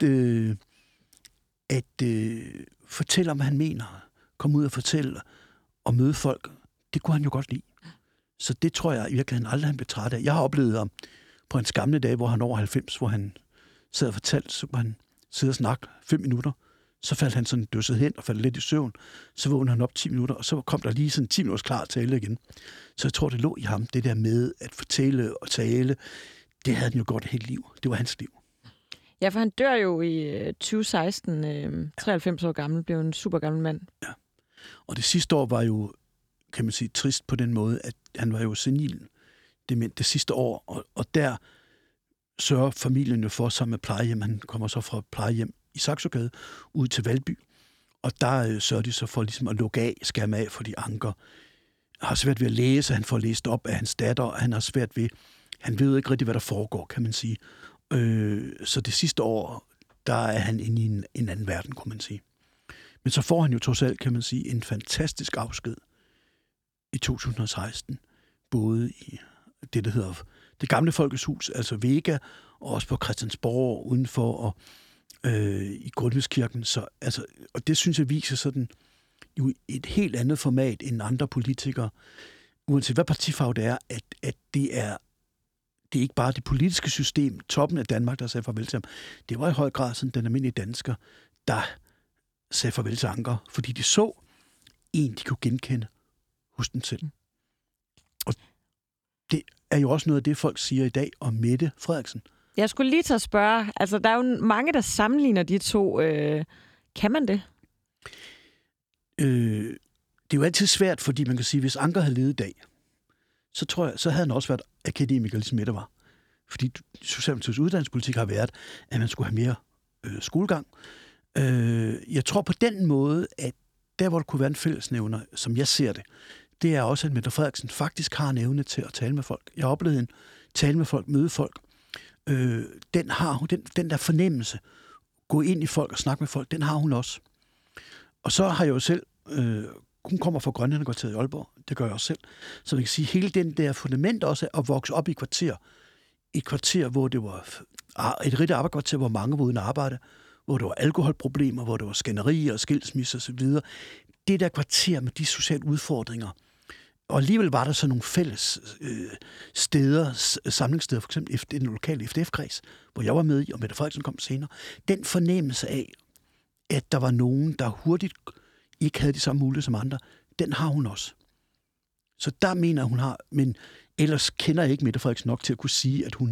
at fortælle om, hvad han mener, komme ud og fortælle og møde folk, det kunne han jo godt lide. Så det tror jeg i virkeligheden aldrig, han blev træt af. Jeg har oplevet ham på hans gamle dage, hvor han over 90, hvor han sad og fortalte, så kunne han sidde og snakke 5 minutter. Så faldt han sådan døsset hen og faldt lidt i søvn. Så vågnede han op 10 minutter, og så kom der lige sådan 10 minutters klar tale igen. Så jeg tror, det lå i ham, det der med at fortælle og tale. Det havde han jo godt hele liv. Det var hans liv. Ja, for han dør jo i 2016, 93 år gammel, blev en super gammel mand. Ja, og det sidste år var jo, kan man sige, trist på den måde, at han var jo senil det sidste år, og der sørger familien jo for sammen med plejehjem. Han kommer så fra plejehjem i Saxogade ud til Valby, og der sørger de så for ligesom at lukke af, skærme af for de anker. Han har svært ved at læse, han får læst op af hans datter, og han har svært ved, han ved ikke rigtig, hvad der foregår, kan man sige. Så det sidste år, der er han inde i en anden verden, kunne man sige. Men så får han jo trods alt, kan man sige, en fantastisk afsked i 2016, både i det, der hedder det gamle Folkets Hus, altså Vega, og også på Christiansborg udenfor, og i Grundtvigskirken. Så, altså, og det synes jeg viser sådan jo et helt andet format end andre politikere, uanset hvad partifarve det er, at det er ikke bare det politiske system, toppen af Danmark, der sagde farvel til ham. Det var i høj grad sådan den almindelige dansker, der sagde farvel til Anker, fordi de så en, de kunne genkende hos den selv. Og det er jo også noget af det, folk siger i dag om Mette Frederiksen. Jeg skulle lige til at spørge, altså der er jo mange, der sammenligner de to. Kan man det? Det er jo altid svært, fordi man kan sige, hvis Anker havde levet i dag, så tror jeg, så havde han også været akademiker, ligesom Mette var. Fordi Socialdemokratiets uddannelsespolitik har været, at man skulle have mere skolegang. Jeg tror på den måde, at der, hvor der kunne være en fællesnævner, som jeg ser det, det er også, at Mette Frederiksen faktisk har en evne til at tale med folk. Jeg har oplevet en tale med folk, møde folk. Den har hun, den der fornemmelse, gå ind i folk og snakke med folk, den har hun også. Og så har jeg jo selv, hun kommer fra Grønlandekvarteret i Aalborg, det gør jeg også selv, så man kan sige, hele den der fundament også at vokse op i et kvarter, hvor det var et rigt arbejdskvarter, hvor mange var uden arbejde, hvor der var alkoholproblemer, hvor der var skænderier og skilsmisser osv. Det der kvarter med de sociale udfordringer. Og alligevel var der så nogle fælles steder, samlingssteder, for eksempel den lokale FDF-kreds, hvor jeg var med i, og Mette Frederiksen kom senere. Den fornemmelse af, at der var nogen, der hurtigt ikke havde de samme muligheder som andre, den har hun også. Så der mener hun har, men ellers kender jeg ikke Mette Frederiksen nok til at kunne sige, at hun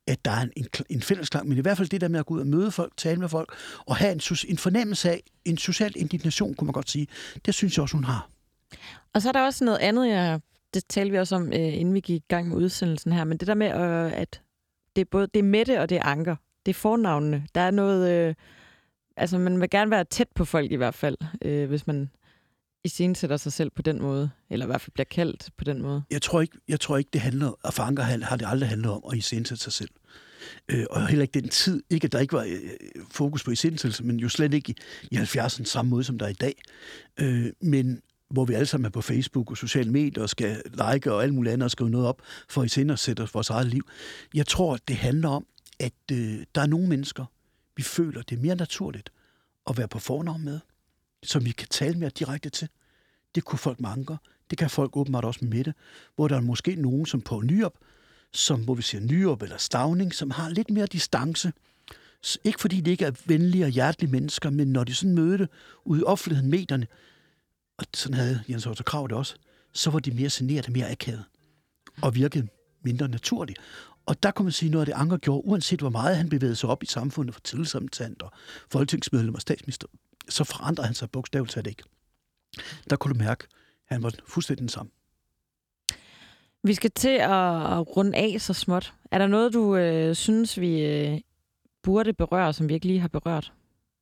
at der er en fællesklang, men i hvert fald det der med at gå ud og møde folk, tale med folk, og have en fornemmelse af en social indignation, kunne man godt sige. Det synes jeg også, hun har. Og så er der også noget andet, det talte vi også om, inden vi gik i gang med udsendelsen her, men det der med, at det er Mette og det er Anker. Det er fornavnene. Der er noget... altså, man vil gerne være tæt på folk i hvert fald, hvis man iscenesætter sig selv på den måde, eller i hvert fald bliver kaldt på den måde. Jeg tror ikke det handler, og for Anker har det aldrig handlet om at iscenesætte sig selv. Og heller ikke den tid, ikke at der ikke var fokus på iscenesættelse, men jo slet ikke i 70'erne samme måde, som der er i dag. Men hvor vi alle sammen er på Facebook og sociale medier og skal like og alt muligt andet og skrive noget op for iscenesætte vores eget liv. Jeg tror, det handler om, at der er nogle mennesker, vi føler, det er mere naturligt at være på fornavn med, som vi kan tale mere direkte til. Det kunne folk med Anker. Det kan folk åbenbart også med Mette, hvor der er måske nogen, som på Nyrup, hvor vi siger Nyrup eller Stauning, som har lidt mere distance. Ikke fordi de ikke er venlige og hjertelige mennesker, men når de sådan mødte ude i offentligheden, medierne, og sådan havde Jens Otto Krag det også, så var de mere generede, mere akavet og virkede mindre naturligt. Og der kunne man sige, noget af det Anker gjorde, uanset hvor meget han bevægede sig op i samfundet for tillidsrepræsentant og folketingsmedlem og statsminister, så forandrede han sig bogstaveligt talt ikke. Der kunne du mærke, at han var fuldstændig den samme. Vi skal til at runde af så småt. Er der noget, du synes, vi burde berøre, som vi ikke lige har berørt?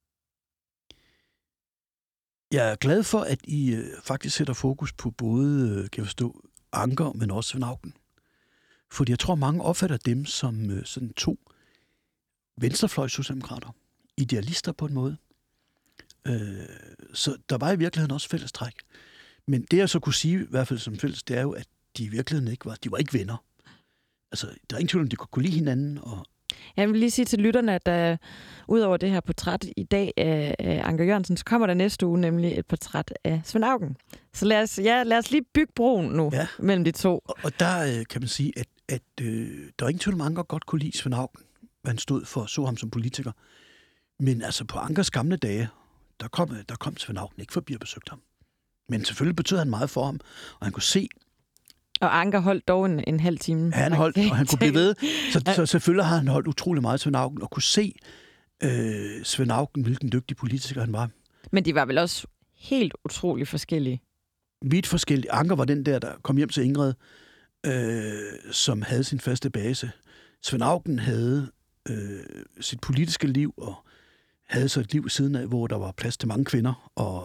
Jeg er glad for, at I faktisk sætter fokus på både, kan jeg forstå, Anker, men også Svend Auken. Fordi jeg tror, mange opfatter dem som sådan to venstrefløjssocialdemokrater. Idealister på en måde. Så der var i virkeligheden også fællestræk. Men det, jeg så kunne sige, i hvert fald som fælles, det er jo, at de i virkeligheden de var ikke venner. Altså, der er ingen tvivl om, de kunne lide hinanden. Og jeg vil lige sige til lytterne, at ud over det her portræt i dag af Anker Jørgensen, så kommer der næste uge nemlig et portræt af Svend Auken. Så lad os lige bygge broen nu mellem de to. Og der kan man sige, at der er ingen tvivl om, Anker godt kunne lide Svend Auken, hvad han stod for, så ham som politiker. Men altså på Ankers gamle dage, der kom Svend Auken ikke forbi og besøgte ham. Men selvfølgelig betød han meget for ham, og han kunne se. Og Anker holdt dog en halv time. Han holdt, og han kunne blive ved. Så selvfølgelig har han holdt utrolig meget Svend Auken, og kunne se Svend Auken, hvilken dygtig politiker han var. Men de var vel også helt utrolig forskellige? Vidt forskellige. Anker var den der kom hjem til Ingrid, som havde sin faste base. Svend Auken havde sit politiske liv, og havde så et liv ved siden af, hvor der var plads til mange kvinder, og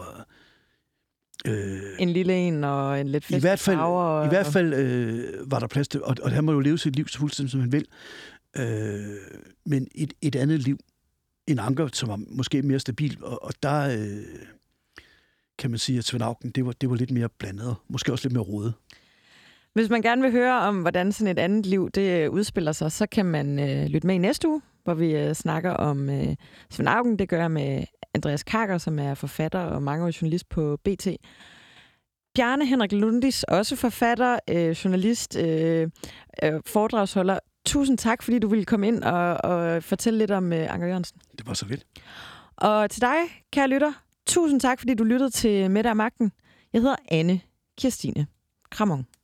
en lille en og en lidt fest. I hvert fald var der plads til, og han må jo leve sit liv så fuldstændig, som han vil. Men et andet liv, en Anker, som var måske mere stabil, og der kan man sige, at Svend Auken, det var lidt mere blandet, og måske også lidt mere rodet. Hvis man gerne vil høre om, hvordan sådan et andet liv det udspiller sig, så kan man lytte med i næste uge, hvor vi snakker om Svend Auken. Det gør jeg med Andreas Karker, som er forfatter og mangeårig journalist på BT. Bjarne Henrik Lundis, også forfatter, journalist, foredragsholder. Tusind tak, fordi du ville komme ind og fortælle lidt om Anker Jørgensen. Det var så vildt. Og til dig, kære lytter, tusind tak, fordi du lyttede til Mette og Magten. Jeg hedder Anne Kirstine Kramon.